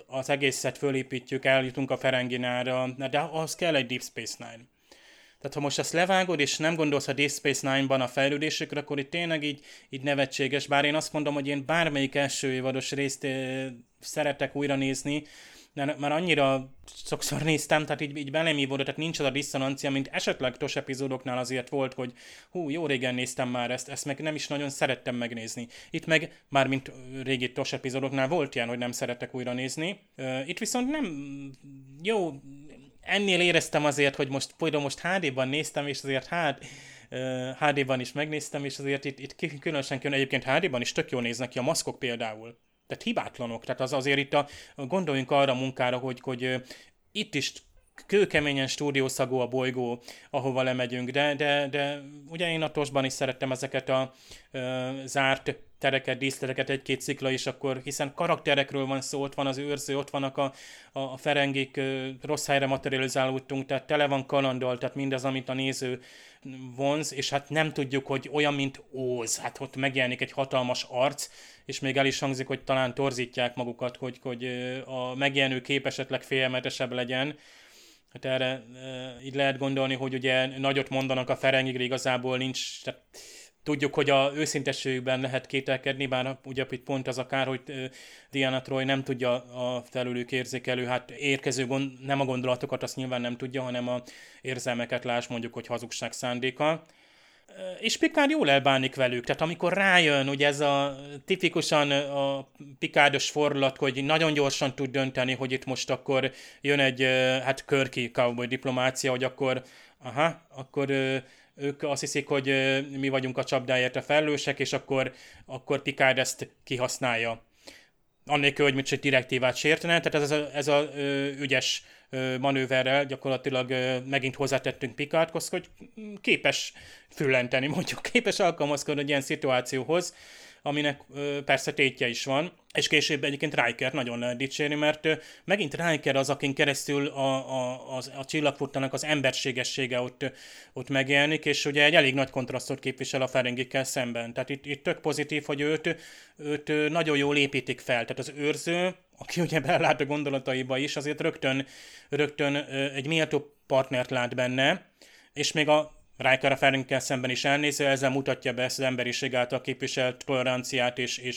az egészet fölépítjük, eljutunk a Ferenginára, de ahhoz kell egy Deep Space Nine. Tehát ha most ezt levágod, és nem gondolsz a Deep Space Nine-ban a fejlődésekre, akkor itt tényleg így nevetséges. Bár én azt mondom, hogy én bármelyik első évados részt szeretek újra nézni, de már annyira sokszor néztem, tehát így belém ívódott, tehát nincs az a diszonancia, mint esetleg TOS epizódoknál azért volt, hogy jó régen néztem már ezt meg nem is nagyon szerettem megnézni. Itt meg, már mint régi TOS epizódoknál volt ilyen, hogy nem szeretek újra nézni. Itt viszont nem jó, ennél éreztem azért, hogy például most HD-ban néztem, és azért HD-ban is megnéztem, és azért itt különösen egyébként HD-ban is tök jól néznek ki a maszkok például. Tehát hibátlanok. Tehát azért itt gondoljunk arra a munkára, hogy itt is kőkeményen stúdiószagú a bolygó, ahova lemegyünk, de ugye én a TOS-ban is szerettem ezeket a zárt tereket, díszleteket, egy-két szikla is, akkor hiszen karakterekről van szó, ott van az őrző, ott vannak a ferengik, rossz helyre materializálódtunk, tehát tele van kalanddal, tehát mindaz, amit a néző vonz, és hát nem tudjuk, hogy olyan, mint Óz, hát ott megjelenik egy hatalmas arc, és még el is hangzik, hogy talán torzítják magukat, hogy a megjelenő kép esetleg félelmetesebb legyen. Hát erre így lehet gondolni, hogy ugye nagyot mondanak a ferengikre, igazából nincs, tehát tudjuk, hogy a őszintességükben lehet kételkedni, bár ugye itt pont az a kár, hogy Deanna Troi nem tudja a felülük érzékelő, hát érkező nem a gondolatokat, azt nyilván nem tudja, hanem a érzelmeket láss, mondjuk, hogy hazugság szándéka. És Picard jól elbánik velük, tehát amikor rájön, ugye ez a tipikusan a Picardos fordulat, hogy nagyon gyorsan tud dönteni, hogy itt most akkor jön egy hát Kirky cowboy diplomácia, hogy akkor ők azt hiszik, hogy mi vagyunk a csapdáért a felelősek, és akkor Picard ezt kihasználja. Annélkül, hogy mit direktívát sértene, tehát ez a ügyes manőverrel gyakorlatilag megint hozzátettünk Picardhoz, hogy képes füllenteni, mondjuk képes alkalmazkodni egy ilyen szituációhoz, aminek persze tétje is van, és később egyébként Riker nagyon lehet dicsérni, mert megint Riker az, akin keresztül a csillagfuttanak az emberségessége ott megjelenik, és ugye egy elég nagy kontrasztot képvisel a Ferengikkel szemben. Tehát itt tök pozitív, hogy őt nagyon jól építik fel. Tehát az őrző, aki ugye belát a gondolataiba is, azért rögtön egy méltó partnert lát benne, és még a Riker a Ferengikkel szemben is elnéző, ezzel mutatja be ezt az emberiség által képviselt toleranciát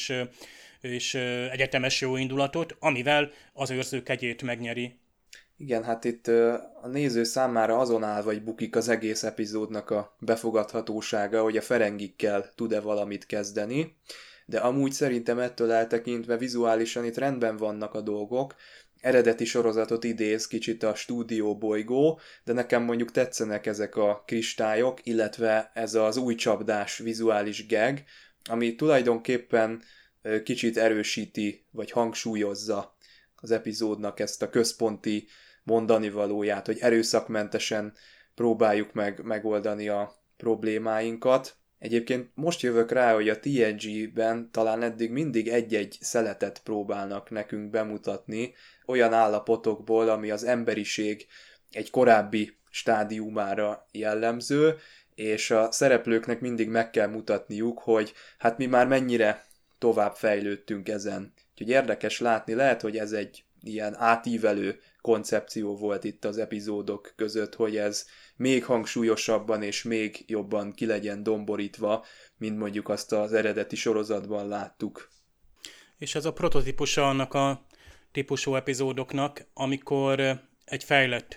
és egyetemes jó indulatot, amivel az őrző kegyét megnyeri. Igen, hát itt a néző számára azon áll, vagy bukik az egész epizódnak a befogadhatósága, hogy a Ferengikkel tud-e valamit kezdeni, de amúgy szerintem ettől eltekintve vizuálisan itt rendben vannak a dolgok. Eredeti sorozatot idéz kicsit a stúdióbolygó, de nekem mondjuk tetszenek ezek a kristályok, illetve ez az új csapdás vizuális gag, ami tulajdonképpen kicsit erősíti, vagy hangsúlyozza az epizódnak ezt a központi mondanivalóját, hogy erőszakmentesen próbáljuk megoldani a problémáinkat. Egyébként most jövök rá, hogy a TNG-ben talán eddig mindig egy-egy szeletet próbálnak nekünk bemutatni, olyan állapotokból, ami az emberiség egy korábbi stádiumára jellemző, és a szereplőknek mindig meg kell mutatniuk, hogy hát mi már mennyire tovább fejlődtünk ezen. Úgyhogy érdekes látni, lehet, hogy ez egy ilyen átívelő koncepció volt itt az epizódok között, hogy ez még hangsúlyosabban és még jobban ki legyen domborítva, mint mondjuk azt az eredeti sorozatban láttuk. És ez a prototípusa annak a típusú epizódoknak, amikor egy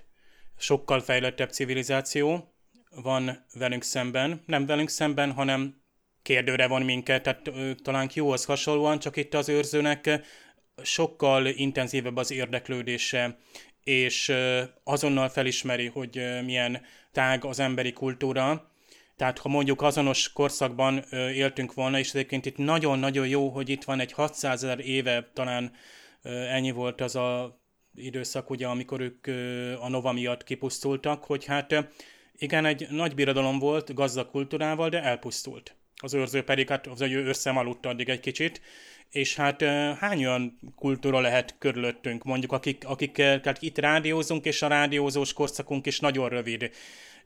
sokkal fejlettebb civilizáció van velünk szemben, nem velünk szemben, hanem kérdőre van minket, tehát talán Q-hoz hasonlóan, csak itt az őrzőnek sokkal intenzívebb az érdeklődése, és azonnal felismeri, hogy milyen tág az emberi kultúra. Tehát ha mondjuk azonos korszakban éltünk volna, és egyébként itt nagyon-nagyon jó, hogy itt van egy 600 000 éve, talán ennyi volt az a időszak, ugye, amikor ők a Nova miatt kipusztultak, hogy hát igen, egy nagy birodalom volt, gazdag kultúrával, de elpusztult. Az őrző pedig, hát az ő őrszem aludt addig egy kicsit, és hát hány olyan kultúra lehet körülöttünk, mondjuk akik tehát itt rádiózunk, és a rádiózós korszakunk is nagyon rövid.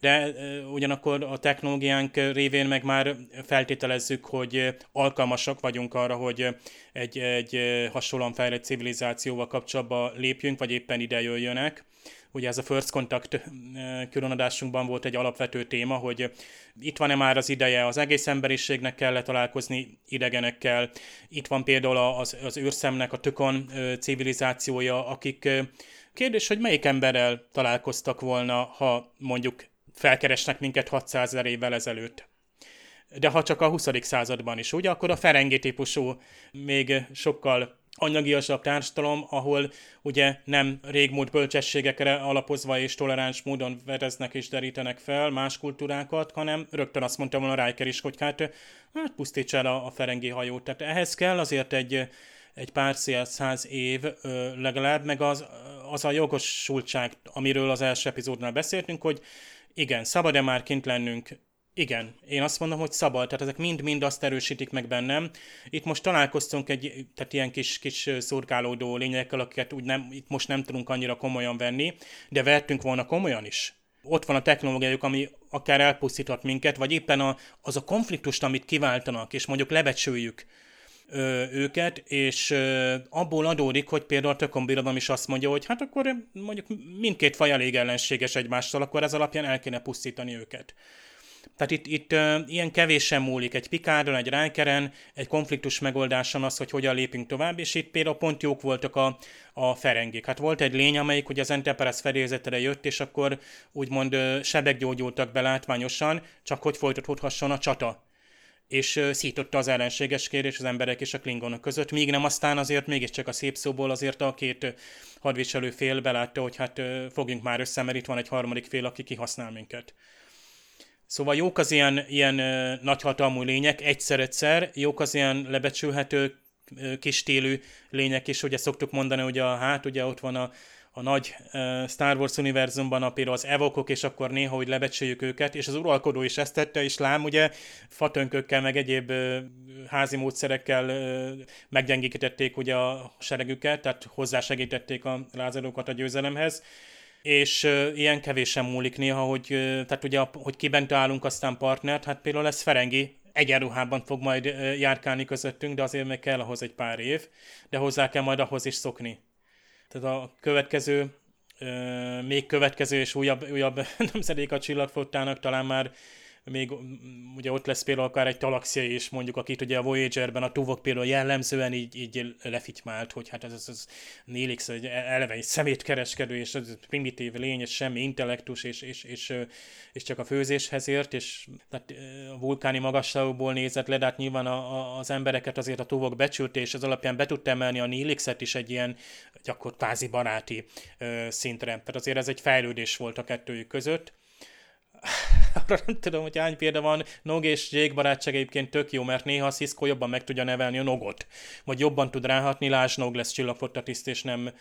de ugyanakkor a technológiánk révén meg már feltételezzük, hogy alkalmasak vagyunk arra, hogy egy hasonlóan fejlett civilizációval kapcsolatba lépjünk, vagy éppen ide jöjjönek. Ugye ez a First Contact különadásunkban volt egy alapvető téma, hogy itt van-e már az ideje, az egész emberiségnek kell találkozni idegenekkel. Itt van például az űrszemnek, a Tökon civilizációja, akik kérdés, hogy melyik emberrel találkoztak volna, ha mondjuk felkeresnek minket 600 000 évvel ezelőtt. De ha csak a 20. században is, ugye, akkor a ferengi típusú, még sokkal anyagiasabb társadalom, ahol ugye nem régmúlt bölcsességekre alapozva és toleráns módon vedeznek és derítenek fel más kultúrákat, hanem rögtön azt mondta volna Riker is, hogy hát pusztíts el a ferengi hajót. Tehát ehhez kell azért egy pár száz év legalább, meg az a jogosultság, amiről az első epizódnál beszéltünk, hogy igen, szabad-e már kint lennünk? Igen, én azt mondom, hogy szabad, tehát ezek mind-mind azt erősítik meg bennem. Itt most találkoztunk tehát ilyen kis szurkálódó lényekkel, akiket itt most nem tudunk annyira komolyan venni, de vettünk volna komolyan is. Ott van a technológiájuk, ami akár elpusztíthat minket, vagy éppen az a konfliktust, amit kiváltanak, és mondjuk lebecsüljük őket, és abból adódik, hogy például a Tökon birodalom is azt mondja, hogy hát akkor mondjuk mindkét faj elég ellenséges egymással, akkor ez alapján el kéne pusztítani őket. Tehát itt ilyen kevésen múlik egy Picardon, egy Rikeren, egy konfliktus megoldáson az, hogy hogyan lépünk tovább, és itt például pont jók voltak a ferengék. Hát volt egy lény, amelyik ugye az Enterprise fedélzetére jött, és akkor úgymond sebek gyógyultak be látványosan, csak hogy folytatódhasson a csata. És szította az ellenségeskedés az emberek és a klingonok között, míg nem aztán azért mégiscsak a szép szóból azért a két hadviselő fél belátta, hogy hát fogjunk már össze, mert itt van egy harmadik fél, aki kihasznál minket. Szóval jók az ilyen nagyhatalmú lények egyszer-egyszer, jók az ilyen lebecsülhető kistélű lények is, ugye szoktuk mondani, hogy ugye ott van a nagy Star Wars univerzumban például az evokok, és akkor néha úgy lebecsüljük őket, és az uralkodó is ezt tette, és lám ugye fatönkökkel, meg egyéb házi módszerekkel meggyengítették ugye a seregüket, tehát hozzásegítették a lázadókat a győzelemhez. És ilyen kevésen múlik néha, tehát ugye, hogy kiben találunk aztán partnert, hát például ez Ferengi egyenruhában fog majd járkálni közöttünk, de azért még kell ahhoz egy pár év, de hozzá kell majd ahhoz is szokni. Tehát a még következő és újabb nemzedék a Csillagflottának talán már még ugye ott lesz például akár egy Talaxia is, mondjuk, akit ugye a Voyagerben a Tuvok például jellemzően így lefitymált, hogy hát ez Nélix egy eleve egy szemétkereskedő, és ez primitív lény, és semmi intellektus, és csak a főzéshez ért, és tehát a vulkáni magasságból nézett le, de hát nyilván az embereket azért a Tuvok becsülte, és ez alapján be tudta emelni a Nélixet is egy ilyen gyakor kvázi baráti szintre. Tehát azért ez egy fejlődés volt a kettőjük között. Arra nem tudom, hogy hány példa van. Nog és Jake barátság egyébként tök jó, mert néha a Sisko jobban meg tudja nevelni a Nogot. Vagy jobban tud ráhatni, lásd, Nog lesz Csillagflotta tiszt, és nem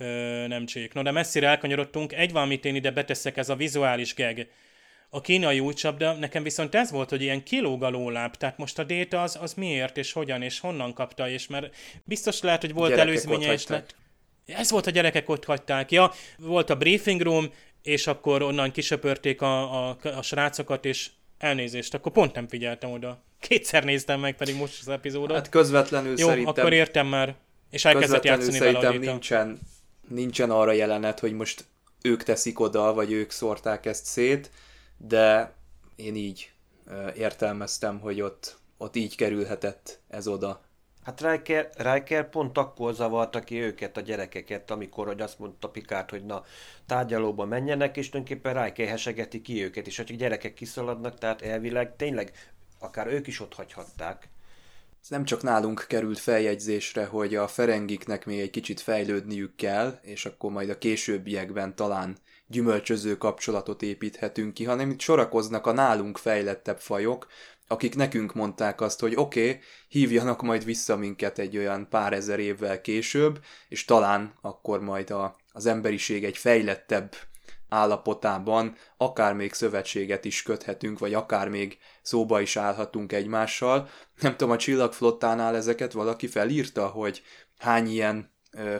Jake. No, de messzire elkanyarodtunk. Egy valamit én ide beteszek, ez a vizuális gag. A kínai új csapda, nekem viszont ez volt, hogy ilyen kilóg a lóláb. Tehát most a Data az miért, és hogyan, és honnan kapta, és mert biztos lehet, hogy volt előzménye, és lett. Ez volt, a gyerekek ott hagyták. Ja, volt a briefing room, és akkor onnan kisöpörték a srácokat, és elnézést, akkor pont nem figyeltem oda. Kétszer néztem meg, pedig most az epizódot. Hát közvetlenül jó, szerintem... akkor értem már, és elkezdett játszani vele a Data. Nincsen arra jelenet, hogy most ők teszik oda, vagy ők szórták ezt szét, de én így értelmeztem, hogy ott így kerülhetett ez oda. Hát Riker pont akkor zavarta ki őket, a gyerekeket, amikor hogy azt mondta Picard, hogy na, tárgyalóba menjenek, és tulajdonképpen Riker hesegeti ki őket, és hogy a gyerekek kiszaladnak, tehát elvileg tényleg akár ők is ott hagyhatták. Ez nem csak nálunk került feljegyzésre, hogy a Ferengiknek még egy kicsit fejlődniük kell, és akkor majd a későbbiekben talán gyümölcsöző kapcsolatot építhetünk ki, hanem itt sorakoznak a nálunk fejlettebb fajok, akik nekünk mondták azt, hogy oké, hívjanak majd vissza minket egy olyan pár ezer évvel később, és talán akkor majd az emberiség egy fejlettebb állapotában akár még szövetséget is köthetünk, vagy akár még szóba is állhatunk egymással. Nem tudom, a Csillagflottánál ezeket valaki felírta, hogy hány ilyen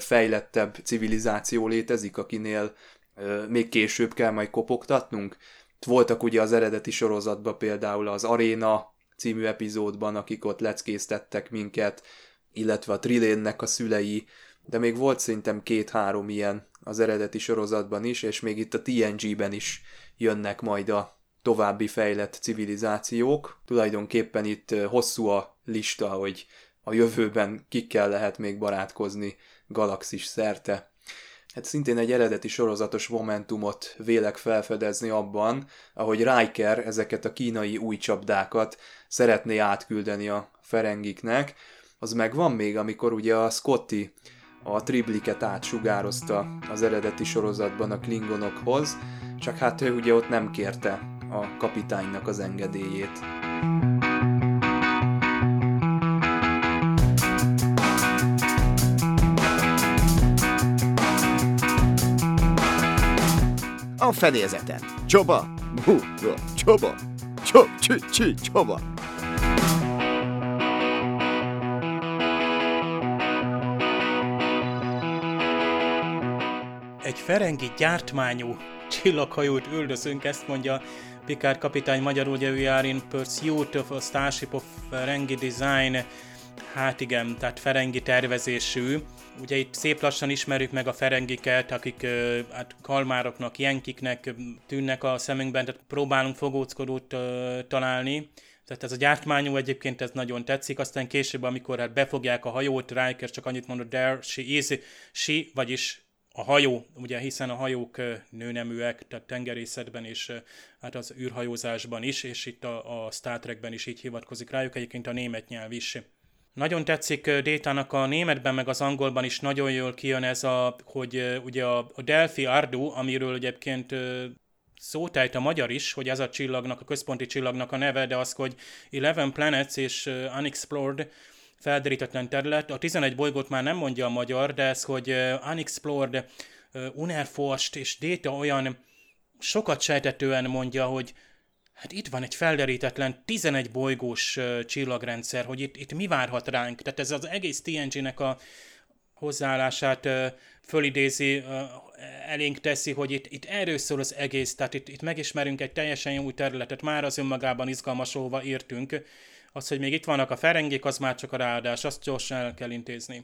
fejlettebb civilizáció létezik, akinél még később kell majd kopogtatnunk. Voltak ugye az eredeti sorozatban például az Aréna című epizódban, akik ott leckéztettek minket, illetve a Trilénnek a szülei, de még volt szerintem 2-3 ilyen az eredeti sorozatban is, és még itt a TNG-ben is jönnek majd a további fejlett civilizációk. Tulajdonképpen itt hosszú a lista, hogy a jövőben kikkel lehet még barátkozni galaxis szerte. Hát szintén egy eredeti sorozatos momentumot vélek felfedezni abban, ahogy Riker ezeket a kínai új csapdákat szeretné átküldeni a Ferengiknek. Az megvan még, amikor ugye a Scotty a Tribliket átsugározta az eredeti sorozatban a klingonokhoz, csak hát ő ugye ott nem kérte a kapitánynak az engedélyét. A fedélzeten. Csoba! Csoba! Csoba! Egy ferengi gyártmányú csillaghajót üldözünk, ezt mondja Picard kapitány, magyarul ugye we are in pursuit of a starship of Ferengi design. Hát igen, tehát ferengi tervezésű. Ugye itt szép lassan ismerjük meg a ferengiket, akik hát kalmároknak, jenkiknek tűnnek a szemünkben, tehát próbálunk fogóckodót találni. Tehát ez a gyártmányú egyébként ez nagyon tetszik, aztán később, amikor hát befogják a hajót, Riker csak annyit mondott, there she is, she, vagyis a hajó, ugye, hiszen a hajók nőneműek, tehát tengerészetben és hát az űrhajózásban is, és itt a Star Trekben is így hivatkozik rájuk, egyébként a német nyelv is. Nagyon tetszik Détának a németben, meg az angolban is nagyon jól kijön ez, hogy ugye a Delphi Ardu, amiről egyébként szót ejt a magyar is, hogy ez a csillagnak, a központi csillagnak a neve, de az, hogy 11 Planets és Unexplored, felderítetlen terület. A 11 bolygót már nem mondja a magyar, de ez, hogy Unexplored, Unerforscht, és Data olyan sokat sejtetően mondja, hogy hát itt van egy felderítetlen 11 bolygós csillagrendszer, hogy itt mi várhat ránk. Tehát ez az egész TNG-nek a hozzáállását fölidézi, elénk teszi, hogy itt erről szól az egész, tehát itt megismerünk egy teljesen új területet, már az önmagában izgalmas, hova értünk. Az, hogy még itt vannak a ferengék, az már csak a ráadás, azt gyorsan el kell intézni.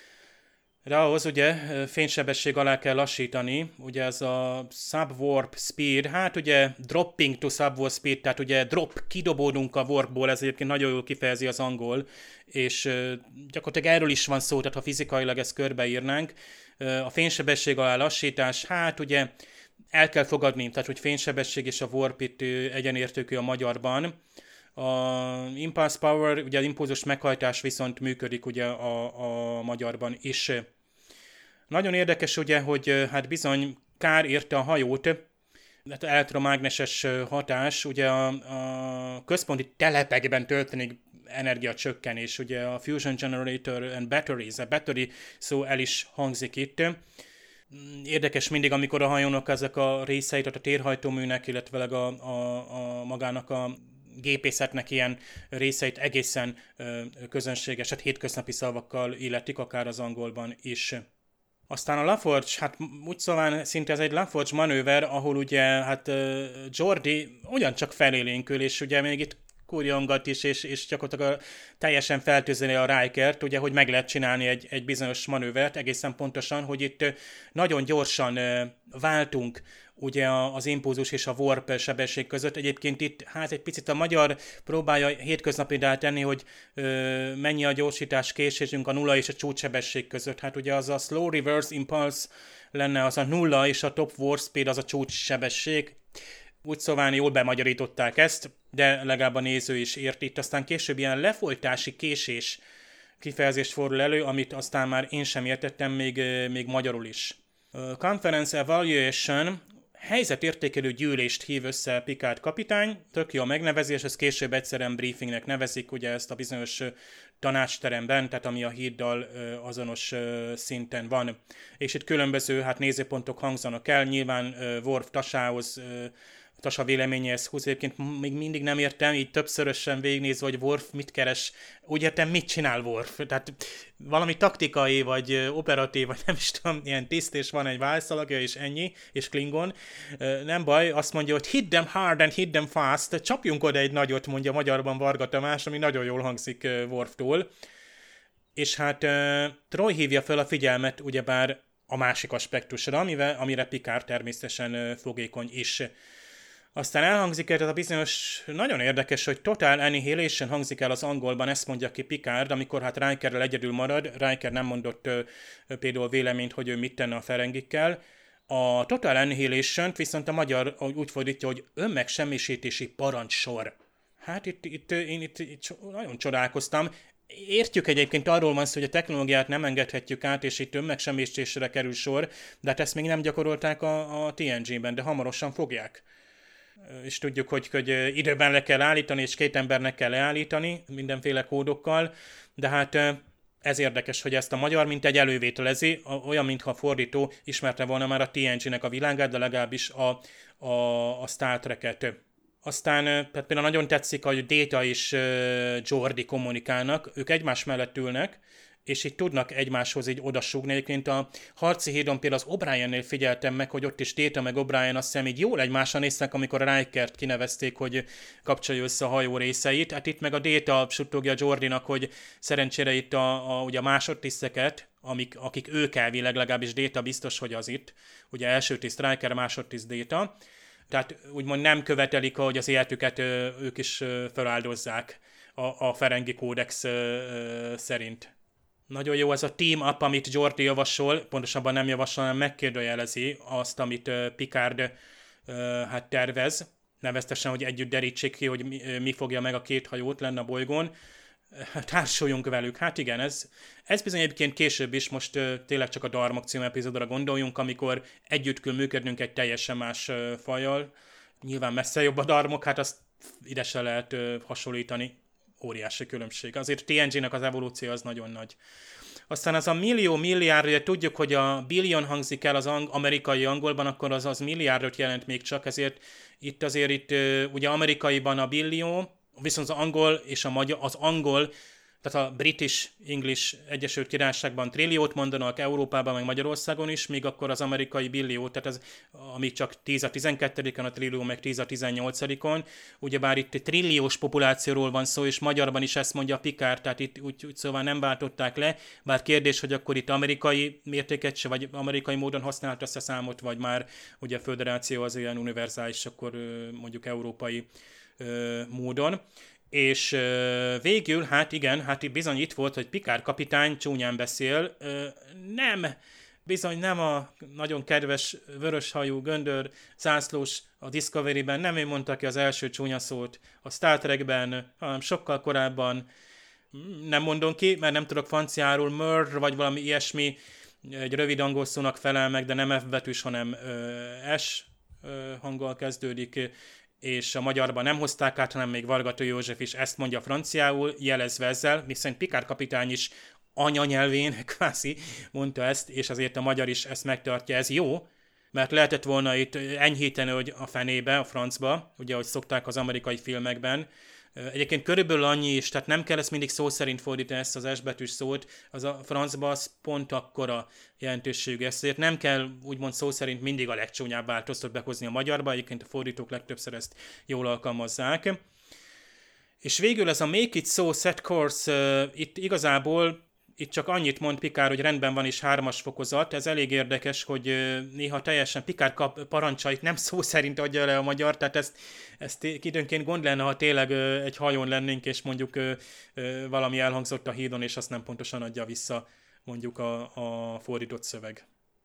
De ahhoz ugye fénysebesség alá kell lassítani, ugye ez a subwarp speed, hát ugye dropping to subwarp speed, tehát ugye kidobódunk a warpból, ez egyébként nagyon jól kifejezi az angol, és gyakorlatilag erről is van szó, tehát ha fizikailag ezt körbeírnánk. A fénysebesség alá lassítás, hát ugye el kell fogadni, tehát hogy fénysebesség és a warp itt egyenértékű a magyarban. A impulse power, ugye az impulzus meghajtás viszont működik ugye a magyarban is. Nagyon érdekes ugye, hogy hát bizony kár érte a hajót, elektromágneses hatás, ugye a központi telepekben történik energiacsökkenés, ugye a fusion generator and batteries, a battery szó el is hangzik itt. Érdekes mindig, amikor a hajónak ezek a részeit, a térhajtóműnek, illetve a magának a gépészetnek ilyen részeit egészen közönséges, hát hétköznapi szavakkal illetik, akár az angolban is. Aztán a LaForge, hát úgy szóval szinte ez egy LaForge manőver, ahol ugye hát Geordi ugyancsak felélénkül, és ugye még itt kurjongat is, és gyakorlatilag teljesen feltűzeli a Rikert, ugye, hogy meg lehet csinálni egy bizonyos manővert, egészen pontosan, hogy itt nagyon gyorsan váltunk ugye az impulzus és a warp sebesség között. Egyébként itt hát egy picit a magyar próbálja hétköznapidá tenni, hogy mennyi a gyorsítás késésünk a nulla és a csúcssebesség között. Hát ugye az a slow reverse impulse lenne az a nulla, és a top warp speed az a csúcssebesség. Úgy szóval jól bemagyarították ezt, de legalább a néző is ért itt. Aztán később ilyen lefolytási késés kifejezést fordul elő, amit aztán már én sem értettem, még magyarul is. Conference Evaluation, helyzetértékelő gyűlést hív össze Picard kapitány, tök jó a megnevezés, ezt később egyszerűen briefingnek nevezik, ugye ezt a bizonyos tanácsteremben, tehát ami a híddal azonos szinten van. És itt különböző nézőpontok hangzanak el, nyilván Worf Tasához a véleményéhez húz. Egyébként még mindig nem értem, így többszörösen végignézve, hogy Worf mit keres. Úgy értem, mit csinál Worf. Tehát valami taktikai, vagy operatív, vagy nem is tudom, ilyen tiszt, és van egy válszalagja, és ennyi, és Klingon. Nem baj, azt mondja, hogy hit them hard and hit them fast. Csapjunk oda egy nagyot, mondja magyarban Varga Tamás, ami nagyon jól hangzik Worftól. És hát Troy hívja fel a figyelmet, ugyebár a másik aspektusra, amire Picard természetesen fogékony is. Aztán elhangzik ez a bizonyos, nagyon érdekes, hogy Total Annihilation hangzik el az angolban, ezt mondja ki Picard, amikor hát Rikerrel egyedül marad. Riker nem mondott például véleményt, hogy ő mit tenne a ferengikkel. A Total Annihilation-t viszont a magyar úgy fordítja, hogy önmegsemmisítési parancsor. Hát én nagyon csodálkoztam. Értjük egyébként, arról van szó, hogy a technológiát nem engedhetjük át, és itt önmegsemmisítésre kerül sor, de hát ezt még nem gyakorolták a TNG-ben, de hamarosan fogják. És tudjuk, hogy időben le kell állítani, és 2 embernek kell leállítani, mindenféle kódokkal, de hát ez érdekes, hogy ezt a magyar mint egy elővételezi, olyan, mintha a fordító ismerte volna már a TNG-nek a világát, de legalábbis a Star Trek-et. Aztán például nagyon tetszik, hogy Data és Geordi kommunikálnak, ők egymás mellett ülnek, és így tudnak egymáshoz így odasúgni. Egyébként a Harci hídon például az O'Briennél figyeltem meg, hogy ott is Data meg O'Brien azt hiszem így jól egymásra néztek, amikor a Rikert kinevezték, hogy kapcsolja össze a hajó részeit. Hát itt meg a Data suttogja Geordinak, hogy szerencsére itt ugye a másodtiszteket, akik ők elvileg, legalábbis Data biztos, hogy az itt. Ugye első tiszt Riker, másodtiszt Data. Tehát úgymond nem követelik, hogy az életüket ők is feláldozzák a Ferengi kódex szerint. Nagyon jó ez a team up, amit Geordi javasol, pontosabban nem javasol, hanem megkérdőjelezi azt, amit Picard tervez. Neveztesen, hogy együtt derítsék ki, hogy mi fogja meg a 2 hajót lenne a bolygón. Társuljunk velük. Hát igen, ez bizony egyébként később is, most tényleg csak a Darmok című epizódra gondoljunk, amikor együtt kell működnünk egy teljesen más fajjal. Nyilván messze jobb a Darmok, hát azt ide se lehet hasonlítani. Óriási különbség. Azért TNG-nek az evolúció az nagyon nagy. Aztán az a milliárd, ugye tudjuk, hogy a billion hangzik el az amerikai angolban, akkor az milliárdot jelent még csak, ezért itt ugye amerikaiban a billió, viszont az angol és a magyar, az angol, tehát a British English Egyesült Királyságban trilliót mondanak, Európában, meg Magyarországon is, míg akkor az amerikai billió, tehát ez, ami csak 10 a 12-en, a trillió meg 10 a 18-on, ugyebár itt trilliós populációról van szó, és magyarban is ezt mondja Picard, tehát itt úgy szóval nem váltották le, bár kérdés, hogy akkor itt amerikai mértéket se, vagy amerikai módon használt ezt a számot, vagy már ugye a föderáció az olyan univerzális, akkor mondjuk európai módon. És végül, hát igen, hát bizony itt volt, hogy Picard kapitány csúnyán beszél. Nem a nagyon kedves vöröshajú göndör zászlós a Discovery-ben, nem ő mondta ki az első csúnya szót a Star Trekben, hanem sokkal korábban, nem mondom ki, mert nem tudok franciául, murr, vagy valami ilyesmi, egy rövid angol szónak felel meg, de nem F betűs, hanem S hanggal kezdődik, és a magyarban nem hozták át, hanem még Vargató József is ezt mondja franciául, jelezve ezzel, viszont Picard kapitány is anyanyelvén kvázi mondta ezt, és azért a magyar is ezt megtartja, ez jó, mert lehetett volna itt enyhíteni, hogy a fenébe, a francba, ugye, ahogy szokták az amerikai filmekben. Egyébként körülbelül annyi is, tehát nem kell ezt mindig szó szerint fordítani, ezt az S betűs szót, az a francba az pont akkora jelentőségű, ezért nem kell úgymond szó szerint mindig a legcsúnyább változtat behozni a magyarba, egyébként a fordítók legtöbbször ezt jól alkalmazzák. És végül ez a make it so, set course, itt igazából itt csak annyit mond Picard, hogy rendben van is 3-as fokozat. Ez elég érdekes, hogy néha teljesen Picard parancsait nem szó szerint adja le a magyar, tehát ezt időnként gond lenne, ha tényleg egy hajón lennénk, és mondjuk valami elhangzott a hídon, és azt nem pontosan adja vissza mondjuk a fordított szöveg.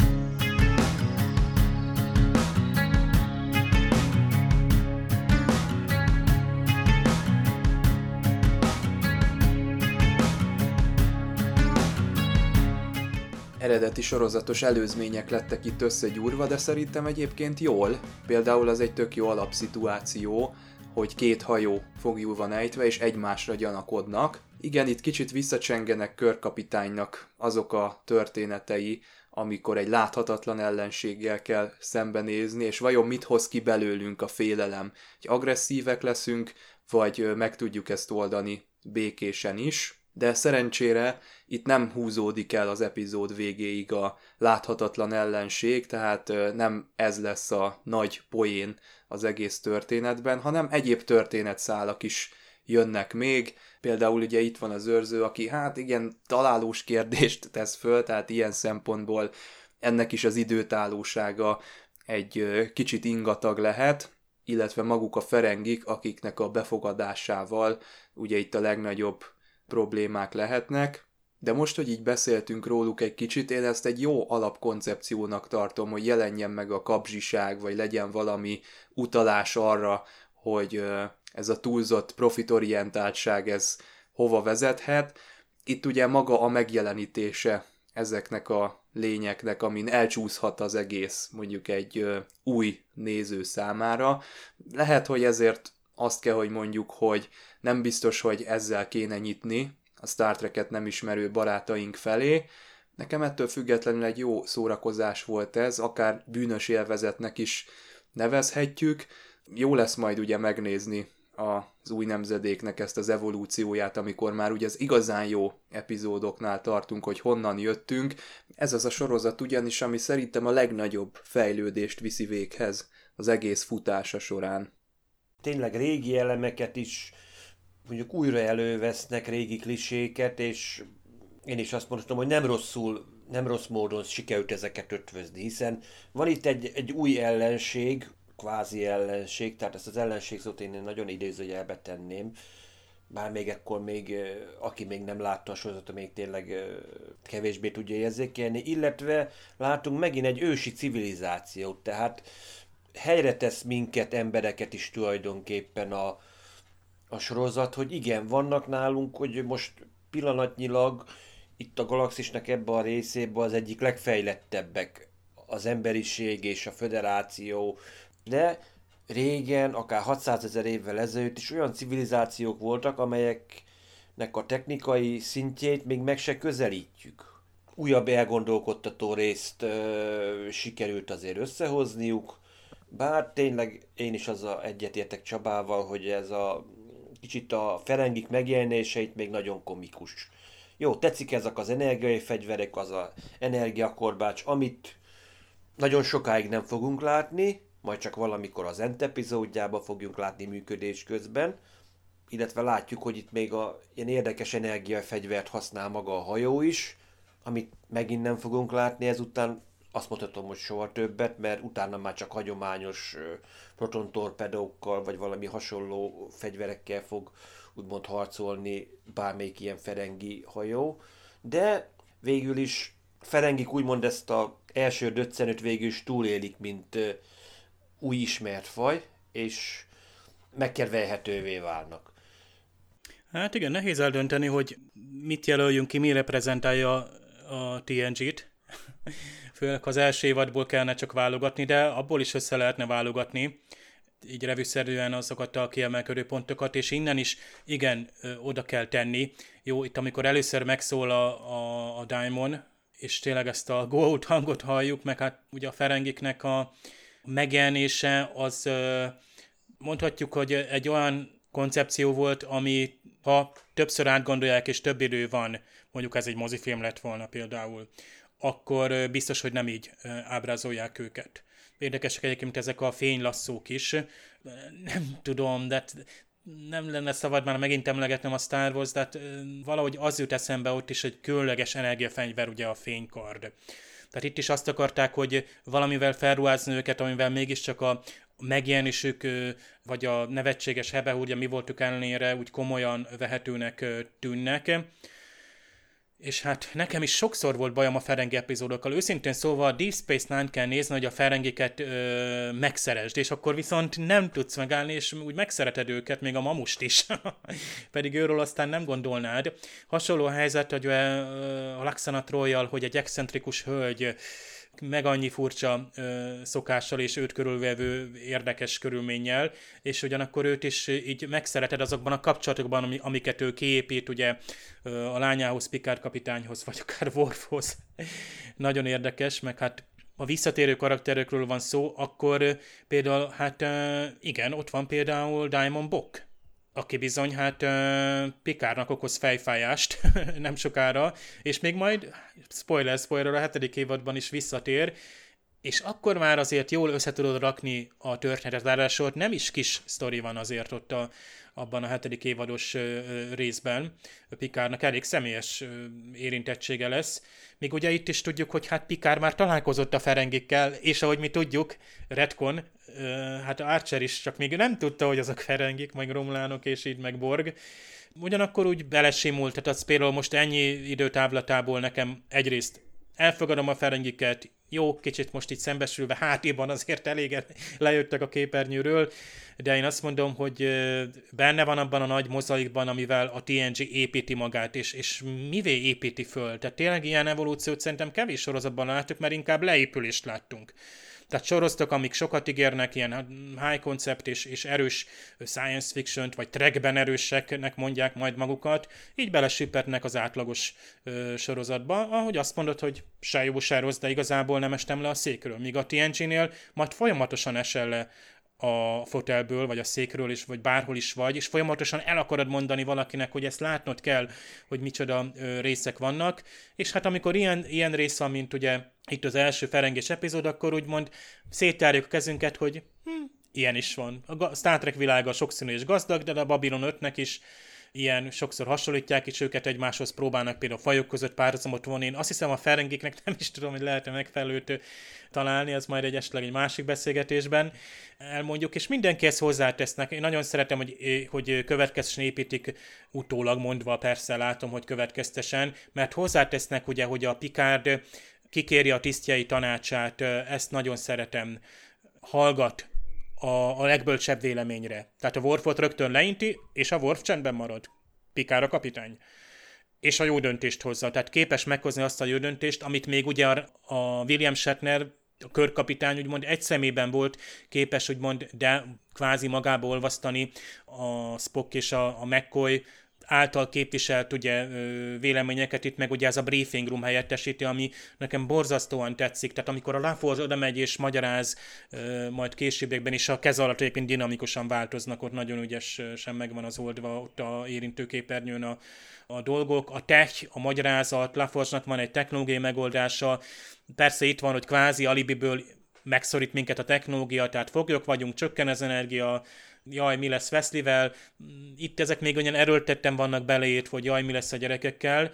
Eredeti sorozatos előzmények lettek itt összegyúrva, de szerintem egyébként jól. Például az egy tök jó alapszituáció, hogy 2 hajó fogjul van ejtve, és egymásra gyanakodnak. Igen, itt kicsit visszacsengenek Kirk kapitánynak azok a történetei, amikor egy láthatatlan ellenséggel kell szembenézni, és vajon mit hoz ki belőlünk a félelem? Hogy agresszívek leszünk, vagy meg tudjuk ezt oldani békésen is, de szerencsére itt nem húzódik el az epizód végéig a láthatatlan ellenség, tehát nem ez lesz a nagy poén az egész történetben, hanem egyéb történetszálak is jönnek még. Például ugye itt van az őrző, aki hát igen, találós kérdést tesz föl, tehát ilyen szempontból ennek is az időtállósága egy kicsit ingatag lehet, illetve maguk a ferengik, akiknek a befogadásával ugye itt a legnagyobb problémák lehetnek. De most, hogy így beszéltünk róluk egy kicsit, én ezt egy jó alapkoncepciónak tartom, hogy jelenjen meg a kapzsiság, vagy legyen valami utalás arra, hogy ez a túlzott profitorientáltság, ez hova vezethet. Itt ugye maga a megjelenítése ezeknek a lényeknek, amin elcsúszhat az egész mondjuk egy új néző számára. Lehet, hogy ezért azt kell, hogy mondjuk, hogy nem biztos, hogy ezzel kéne nyitni a Star Trek-et nem ismerő barátaink felé. Nekem ettől függetlenül egy jó szórakozás volt ez, akár bűnös élvezetnek is nevezhetjük. Jó lesz majd ugye megnézni az új nemzedéknek ezt az evolúcióját, amikor már ugye az igazán jó epizódoknál tartunk, hogy honnan jöttünk. Ez az a sorozat ugyanis, ami szerintem a legnagyobb fejlődést viszi véghez az egész futása során. Tényleg régi elemeket is mondjuk újra elővesznek, régi kliséket, és én is azt mondtam, hogy nem rossz módon sikerült ezeket ötvözni, hiszen van itt egy új ellenség, kvázi ellenség, tehát ezt az ellenség szót én nagyon idézőjelbe tenném, bár még ekkor aki még nem látta a sorozatot, még tényleg kevésbé tudja érzékelni, illetve látunk megint egy ősi civilizációt, tehát helyre tesz minket, embereket is tulajdonképpen a sorozat, hogy igen, vannak nálunk, hogy most pillanatnyilag itt a galaxisnak ebben a részében az egyik legfejlettebbek az emberiség és a föderáció, de régen, akár 600 000 évvel ezelőtt is olyan civilizációk voltak, amelyeknek a technikai szintjét még meg se közelítjük. Újabb elgondolkodtató részt sikerült azért összehozniuk, bár tényleg én is egyetértek Csabával, hogy ez a kicsit a ferengik megjelenéseit még nagyon komikus. Jó, tetszik ezek az energiai fegyverek, az a energiakorbács, amit nagyon sokáig nem fogunk látni, majd csak valamikor az End epizódjában fogjuk látni működés közben, illetve látjuk, hogy itt még ilyen érdekes energiafegyvert használ maga a hajó is, amit megint nem fogunk látni ezután, azt mondhatom, hogy soha többet, mert utána már csak hagyományos protontorpedókkal, vagy valami hasonló fegyverekkel fog úgymond harcolni bármelyik ilyen ferengi hajó, de végül is ferengik úgymond ezt az első döccenőt végül is túlélik, mint új ismert faj, és megkedvelhetővé válnak. Hát igen, nehéz eldönteni, hogy mit jelöljünk ki, mi reprezentálja a TNG-t. Főleg az első évadból kellene csak válogatni, de abból is össze lehetne válogatni, így revűszerűen azokat a kiemelkedő pontokat, és innen is igen, oda kell tenni. Jó, itt amikor először megszól a Daimon, és tényleg ezt a go out hangot halljuk, meg hát ugye a ferengiknek a megjelenése, az mondhatjuk, hogy egy olyan koncepció volt, ami ha többször átgondolják, és több idő van, mondjuk ez egy mozifilm lett volna például, akkor biztos, hogy nem így ábrázolják őket. Érdekesek egyébként ezek a fénylasszók is. Nem tudom, de nem lenne szabad már megint emlegetnem a Star Wars, de hát valahogy az jut eszembe ott is egy különleges energiafegyver, ugye a fénykard. Tehát itt is azt akarták, hogy valamivel felruházni őket, amivel mégiscsak a megjelenésük, vagy a nevetséges hebehúrja mi voltuk ellenére úgy komolyan vehetőnek tűnnek. És hát nekem is sokszor volt bajom a ferengi epizódokkal. Őszintén szóval a Deep Space Nine kell nézni, hogy a ferengiket megszeresd, és akkor viszont nem tudsz megállni, és úgy megszereted őket, még a mamust is. Pedig őről aztán nem gondolnád. Hasonló a helyzet, hogy a Laxana Troyjal, hogy egy excentrikus hölgy meg annyi furcsa szokással és őt körülvevő érdekes körülménnyel, és ugyanakkor őt is így megszereted azokban a kapcsolatokban, amiket ő kiépít, ugye a lányához, Picard kapitányhoz, vagy akár Worfhoz. nagyon érdekes, meg hát a visszatérő karakterekről van szó, akkor például, hát igen, ott van például Diamond Bock, aki bizony hát Picardnak okoz fejfájást nem sokára, és még majd, spoiler, a 7. évadban is visszatér, és akkor már azért jól össze tudod rakni a történetet, ráadásul nem is kis sztori van azért ott abban a 7. évados részben. Picardnak elég személyes érintettsége lesz. Még ugye itt is tudjuk, hogy hát Picard már találkozott a ferengikkel, és ahogy mi tudjuk, retcon, hát Archer is csak még nem tudta, hogy azok ferengik, meg romulánok, és így meg Borg. Ugyanakkor úgy belesimult, tehát az például most ennyi időtávlatából nekem egyrészt elfogadom a ferengiket, jó, kicsit most itt szembesülve hátéban azért elég lejöttek a képernyőről, de én azt mondom, hogy benne van abban a nagy mozaikban, amivel a TNG építi magát, és mivé építi föl. Tehát tényleg ilyen evolúciót szerintem kevés sorozatban láttuk, mert inkább leépülést láttunk. Tehát sorozatok, amik sokat ígérnek, ilyen high concept és erős science fiction-t, vagy trackben erőseknek mondják majd magukat, így belesüppetnek az átlagos sorozatba, ahogy azt mondod, hogy se jó, se rossz, de igazából nem estem le a székről. Míg a TNG-nél majd folyamatosan esel le a fotelből, vagy a székről is, vagy bárhol is vagy, és folyamatosan el akarod mondani valakinek, hogy ezt látnod kell, hogy micsoda részek vannak, és hát amikor ilyen rész van, mint ugye itt az első Ferengés epizód, akkor úgymond széttárjuk a kezünket, hogy ilyen is van. A Star Trek világa sokszínű és gazdag, de a Babylon 5-nek is ilyen, sokszor hasonlítják is őket egymáshoz, próbálnak például a fajok között párhuzamot vonni. Én azt hiszem a ferengéknek nem is tudom, hogy lehet-e megfelelőt találni, ez majd esetleg egy másik beszélgetésben elmondjuk, és mindenkihez hozzátesznek. Én nagyon szeretem, hogy következtesen építik, utólag mondva, persze látom, hogy következtesen, mert hozzátesznek ugye, hogy a Picard kikéri a tisztjei tanácsát, ezt nagyon szeretem, hallgat a legbölcsebb véleményre. Tehát a Worfot rögtön leinti, és a Worf csendben marad. Picard a kapitány. És a jó döntést hozza. Tehát képes meghozni azt a jó döntést, amit még ugye a William Shatner, a körkapitány úgymond egy szemében volt képes úgymond, de kvázi magába olvasztani a Spock és a McCoy által képviselt ugye véleményeket, itt meg ugye ez a briefing room helyettesíti, ami nekem borzasztóan tetszik, tehát amikor a LaForge oda megy és magyaráz, majd későbbiekben is a kez alatt éppen dinamikusan változnak, ott nagyon ügyesen megvan az oldva ott a érintőképernyőn a dolgok, a tech, a magyarázat, LaForge-nak van egy technológiai megoldása, persze itt van, hogy kvázi alibiből megszorít minket a technológia, tehát foglyok vagyunk, csökken az energia, jaj, mi lesz Wesley-vel, itt ezek még olyan erőltetten vannak beleért, hogy jaj, mi lesz a gyerekekkel,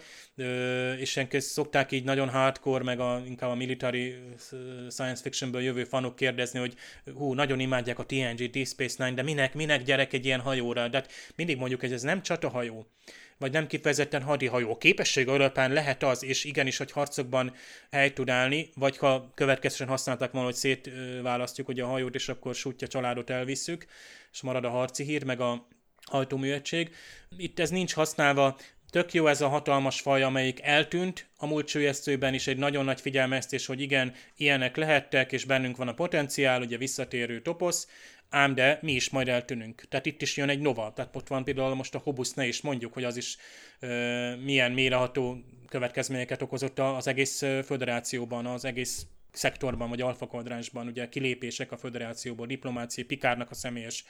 és ilyen szokták így nagyon hardcore, meg inkább a military science fictionből jövő fanok kérdezni, hogy nagyon imádják a TNG, Deep Space Nine, de minek gyerek egy ilyen hajóra? De hát mindig mondjuk, hogy ez nem csatahajó, vagy nem kifejezetten hadihajó. A képesség alapján lehet az, és igenis, hogy harcokban helyt tud állni, vagy ha következően használták volna, hogy szétválasztjuk ugye a hajót, és akkor sútja családot elvisszük, és marad a harci hír, meg a hajtóműegység. Itt ez nincs használva, tök jó ez a hatalmas faj, amelyik eltűnt a múlt sülyeztőben is, egy nagyon nagy figyelmeztés, hogy igen, ilyenek lehettek, és bennünk van a potenciál, ugye visszatérő toposz, ám de mi is majd eltűnünk. Tehát itt is jön egy nova. Tehát ott van például most a Hobus, ne is mondjuk, hogy az is milyen mélyreható következményeket okozott az egész föderációban, az egész szektorban, vagy alfa kvadránsban, ugye kilépések a föderációból, diplomácia, Picardnak a személyes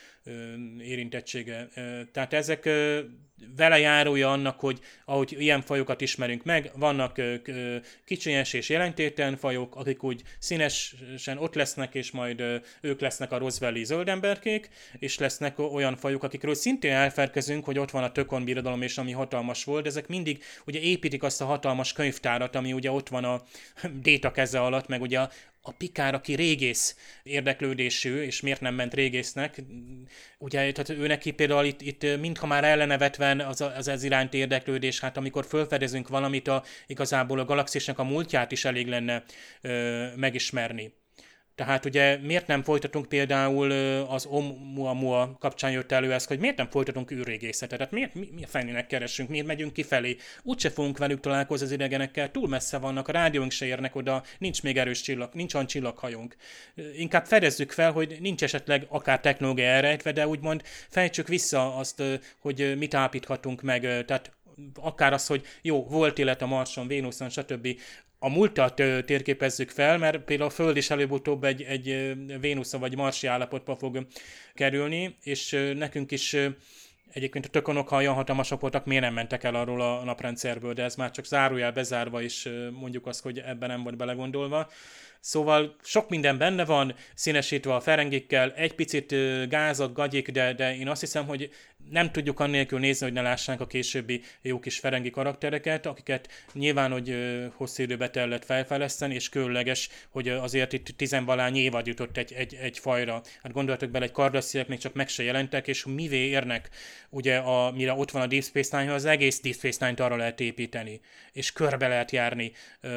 érintettsége. Tehát ezek velejárója annak, hogy ahogy ilyen fajokat ismerünk meg, vannak kicsinyes és jelentéktelen fajok, akik úgy színesen ott lesznek, és majd ők lesznek a Roswelli zöldemberkék, és lesznek olyan fajok, akikről szintén elfelelkezünk, hogy ott van a Tökon birodalom, és ami hatalmas volt. Ezek mindig ugye építik azt a hatalmas könyvtárat, ami ugye ott van a Déta keze alatt, meg ugye a Picard, aki régész érdeklődésű, és miért nem ment régésznek, ugye tehát ő neki például itt mintha már ellenevetven az ez iránti érdeklődés, hát amikor felfedezünk valamit, igazából a galaxisnak a múltját is elég lenne megismerni. Tehát ugye miért nem folytatunk például az Oumuamua kapcsán jött elő ez, hogy miért nem folytatunk űrrégészetet? Tehát mi a fenének keresünk, miért megyünk kifelé? Úgyse fogunk velük találkozni az idegenekkel, túl messze vannak, a rádiónk se érnek oda, nincs még erős csillag, nincs olyan csillaghajónk. Inkább fedezzük fel, hogy nincs esetleg akár technológia elrejtve, de úgymond fejtsük vissza azt, hogy mit állapíthatunk meg, tehát akár az, hogy jó, volt élet a Marson, Vénuszon, stb. a múltat térképezzük fel, mert például a Föld is előbb-utóbb egy Vénusz vagy marsi állapotba fog kerülni, és nekünk is egyébként a tökonok, ha olyan hatalmasak voltak, miért nem mentek el arról a naprendszerből, de ez már csak zárójel bezárva is mondjuk azt, hogy ebben nem volt belegondolva. Szóval sok minden benne van, színesítve a ferengikkel, egy picit gázak, gagyik, de én azt hiszem, hogy nem tudjuk annélkül nézni, hogy ne lássánk a későbbi jó kis ferengi karaktereket, akiket nyilván, hogy hosszú időbe kellett felfejleszteni, és különleges, hogy azért itt 10-valány évad jutott egy fajra. Hát gondoljatok bele, egy Cardassiak még csak meg se jelentek, és mivé érnek, ugye, mire ott van a Deep Space Nine, az egész Deep Space Nine-t arra lehet építeni, és körbe lehet járni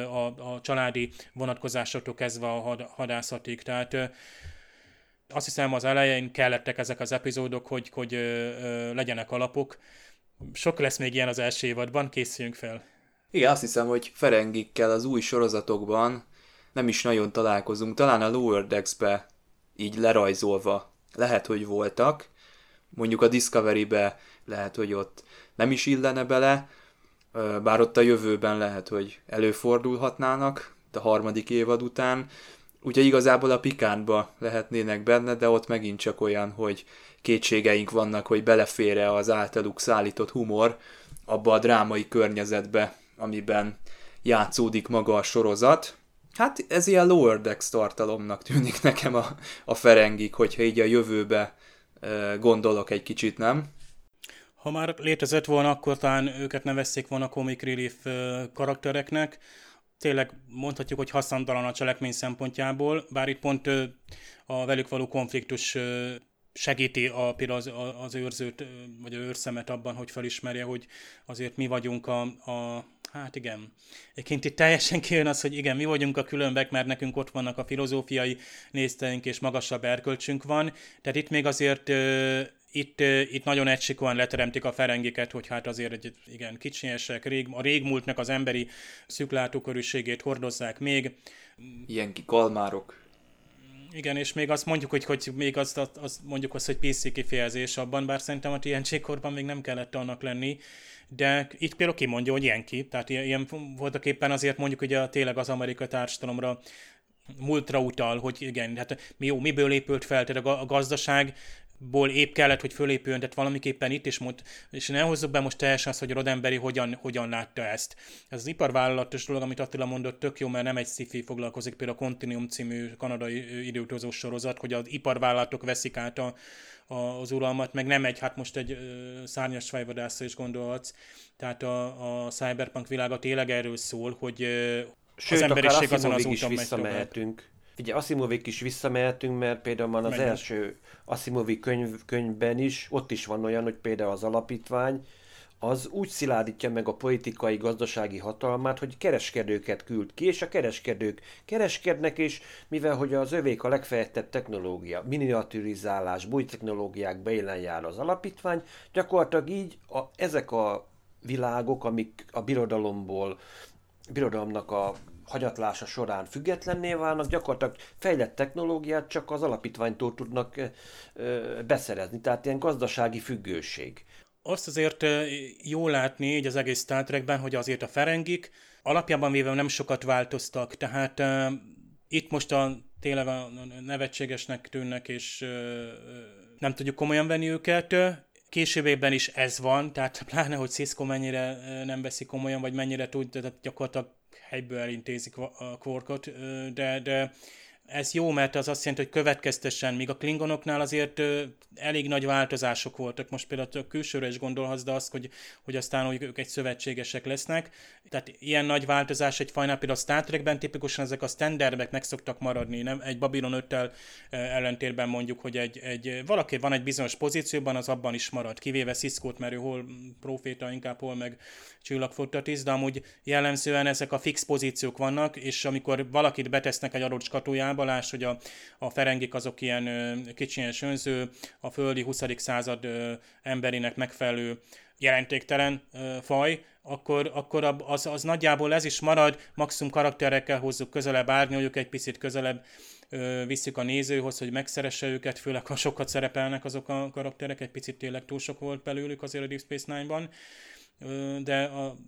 a családi vonatkozásoktól kezdve a hadászatig. Tehát azt hiszem, az elején kellettek ezek az epizódok, hogy legyenek alapok. Sok lesz még ilyen az első évadban, készüljünk fel. Igen, azt hiszem, hogy ferengikkel az új sorozatokban nem is nagyon találkozunk. Talán a Lower Decks-be így lerajzolva lehet, hogy voltak. Mondjuk a Discovery-be lehet, hogy ott nem is illene bele, bár ott a jövőben lehet, hogy előfordulhatnának a harmadik évad után. Úgyhogy igazából a Picardba lehetnének benne, de ott megint csak olyan, hogy kétségeink vannak, hogy belefér-e az általuk szállított humor abba a drámai környezetbe, amiben játszódik maga a sorozat. Hát ez ilyen Lower Decks tartalomnak tűnik nekem a ferengik, hogyha így a jövőbe gondolok egy kicsit, nem? Ha már létezett volna, akkor talán őket nevezzék volna comic relief karaktereknek. Tényleg mondhatjuk, hogy haszontalan a cselekmény szempontjából, bár itt pont a velük való konfliktus segíti például az őrzőt, vagy az őrszemet abban, hogy felismerje, hogy azért mi vagyunk hát igen. Egyébként itt teljesen kijön az, hogy igen, mi vagyunk a különbek, mert nekünk ott vannak a filozófiai nézteink, és magasabb erkölcsünk van. Tehát itt még azért itt nagyon egysikúan leteremtik a ferengiket, hogy hát azért igen, kicsinyesek, a régmúltnak az emberi szűklátókörűségét hordozzák még. Ilyen kalmárok. Igen, és még azt mondjuk, hogy még azt mondjuk azt, hogy PC kifejezés abban, bár szerintem a TNG-korban még nem kellett annak lenni, de itt például kimondja, hogy ilyen ki, tehát ilyen voltak éppen azért mondjuk, hogy tényleg az amerikai társadalomra múltra utal, hogy igen, hát miből épült fel, tehát a gazdaságból épp kellett, hogy fölépüljön, tehát valamiképpen itt is és ne hozzuk be most teljesen azt, hogy Roddenberry hogyan látta ezt. Ez az iparvállalatos dolog, amit Attila mondott, tök jó, mert nem egy sci-fi foglalkozik, például a Continuum című kanadai időutazós sorozat, hogy az iparvállalatok veszik át az uralmat, meg nem hát most egy szárnyas fejvadászra is gondolhatsz. Tehát a cyberpunk világa tényleg erről szól, hogy sőt, az emberiség azon az is úton visszamehetünk. Figyelj, Asimovig is visszamehetünk, mert például már az első Asimovi könyvben is, ott is van olyan, hogy például az alapítvány, az úgy szilárdítja meg a politikai, gazdasági hatalmát, hogy kereskedőket küld ki, és a kereskedők kereskednek, és mivel hogy az övék a legfejlettebb technológia, miniaturizálás, új technológiák beélen jár az alapítvány, gyakorlatilag így ezek a világok, amik a birodalomnak a hagyatlása során függetlenné válnak, gyakorlatilag fejlett technológiát csak az alapítványtól tudnak beszerezni, tehát ilyen gazdasági függőség. Azt azért jól látni így az egész Star Trekben, hogy azért a ferengik alapjában véve nem sokat változtak, tehát itt most tényleg a nevetségesnek tűnnek, és nem tudjuk komolyan venni őket. Későbbében is ez van, tehát pláne, hogy Sisko mennyire nem veszi komolyan, vagy mennyire tehát gyakorlatilag helyből elintézik a Quarkot, de ez jó, mert az azt jelenti, hogy következtesen, míg a Klingonoknál azért elég nagy változások voltak. Most például a külsőre is gondolhatsz, de azt, hogy aztán ők egy szövetségesek lesznek. Tehát ilyen nagy változás egy fajnál például a Star Trekben tipikusan ezek a standardek meg szoktak maradni. Nem? Egy Babylon 5-tel ellentétben mondjuk, hogy valaki van egy bizonyos pozícióban, az abban is marad. Kivéve Siskót, mert ő hol proféta, inkább hol meg csillagfottatiszt, de amúgy jellemzően ezek a fix pozíciók vannak, és amikor valakit betesznek egy adott skatujába, láss, hogy a ferengik azok ilyen kicsinyes önző, a földi 20. század emberének megfelelő jelentéktelen faj, akkor az nagyjából ez is marad, maximum karakterekkel hozzuk közelebb, árnyoljuk egy picit közelebb, visszük a nézőhoz, hogy megszeresse őket, főleg ha sokat szerepelnek azok a karakterek, egy picit tényleg túl sok volt belőlük azért a Deep Space Nine-ban, de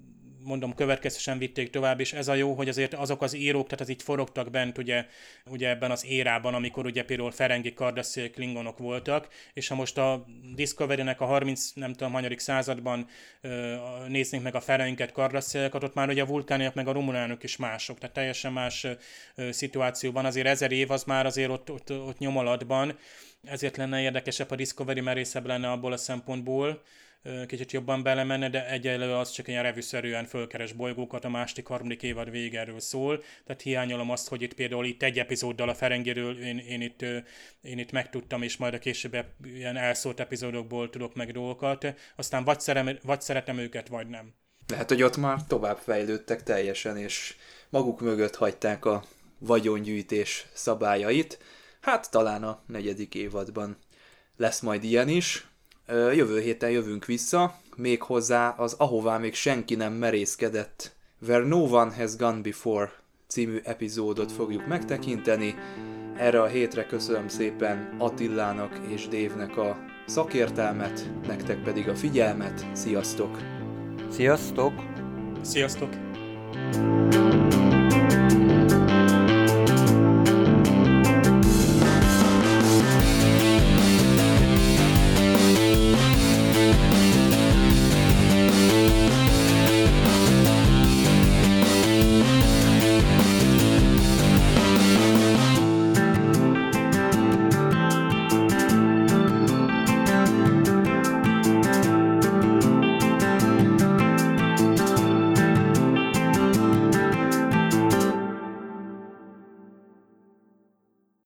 mondom, következősen vitték tovább, és ez a jó, hogy azért azok az írók, tehát az így forogtak bent ugye ebben az érában, amikor ugye például ferengi kardasszél klingonok voltak, és ha most a Discovery-nek a 30, nem tudom, hanyadik században néznénk meg a ferenget, kardasszéleket, ott már ugye a vulkániak meg a romulánok is mások, tehát teljesen más szituációban, azért 1000 év az már azért ott nyomalatban, ezért lenne érdekesebb, a Discovery merészebb lenne abból a szempontból, kicsit jobban belemenne, de egyelőre az csak ilyen revűszerűen fölkeres bolygókat, a második, harmadik évad vége erről szól, tehát hiányolom azt, hogy itt például itt egy epizóddal a Ferengiről én itt megtudtam, és majd a később ilyen elszólt epizódokból tudok meg dolgokat, aztán vagy szeretem őket, vagy nem. Lehet, hogy ott már tovább fejlődtek teljesen, és maguk mögött hagyták a vagyongyűjtés szabályait. Hát talán a 4. évadban lesz majd ilyen is. Jövő héten jövünk vissza, méghozzá az Ahová még senki nem merészkedett Where No One Has Gone Before című epizódot fogjuk megtekinteni. Erre a hétre köszönöm szépen Attilának és Dévnek a szakértelmet, nektek pedig a figyelmet. Sziasztok! Sziasztok! Sziasztok!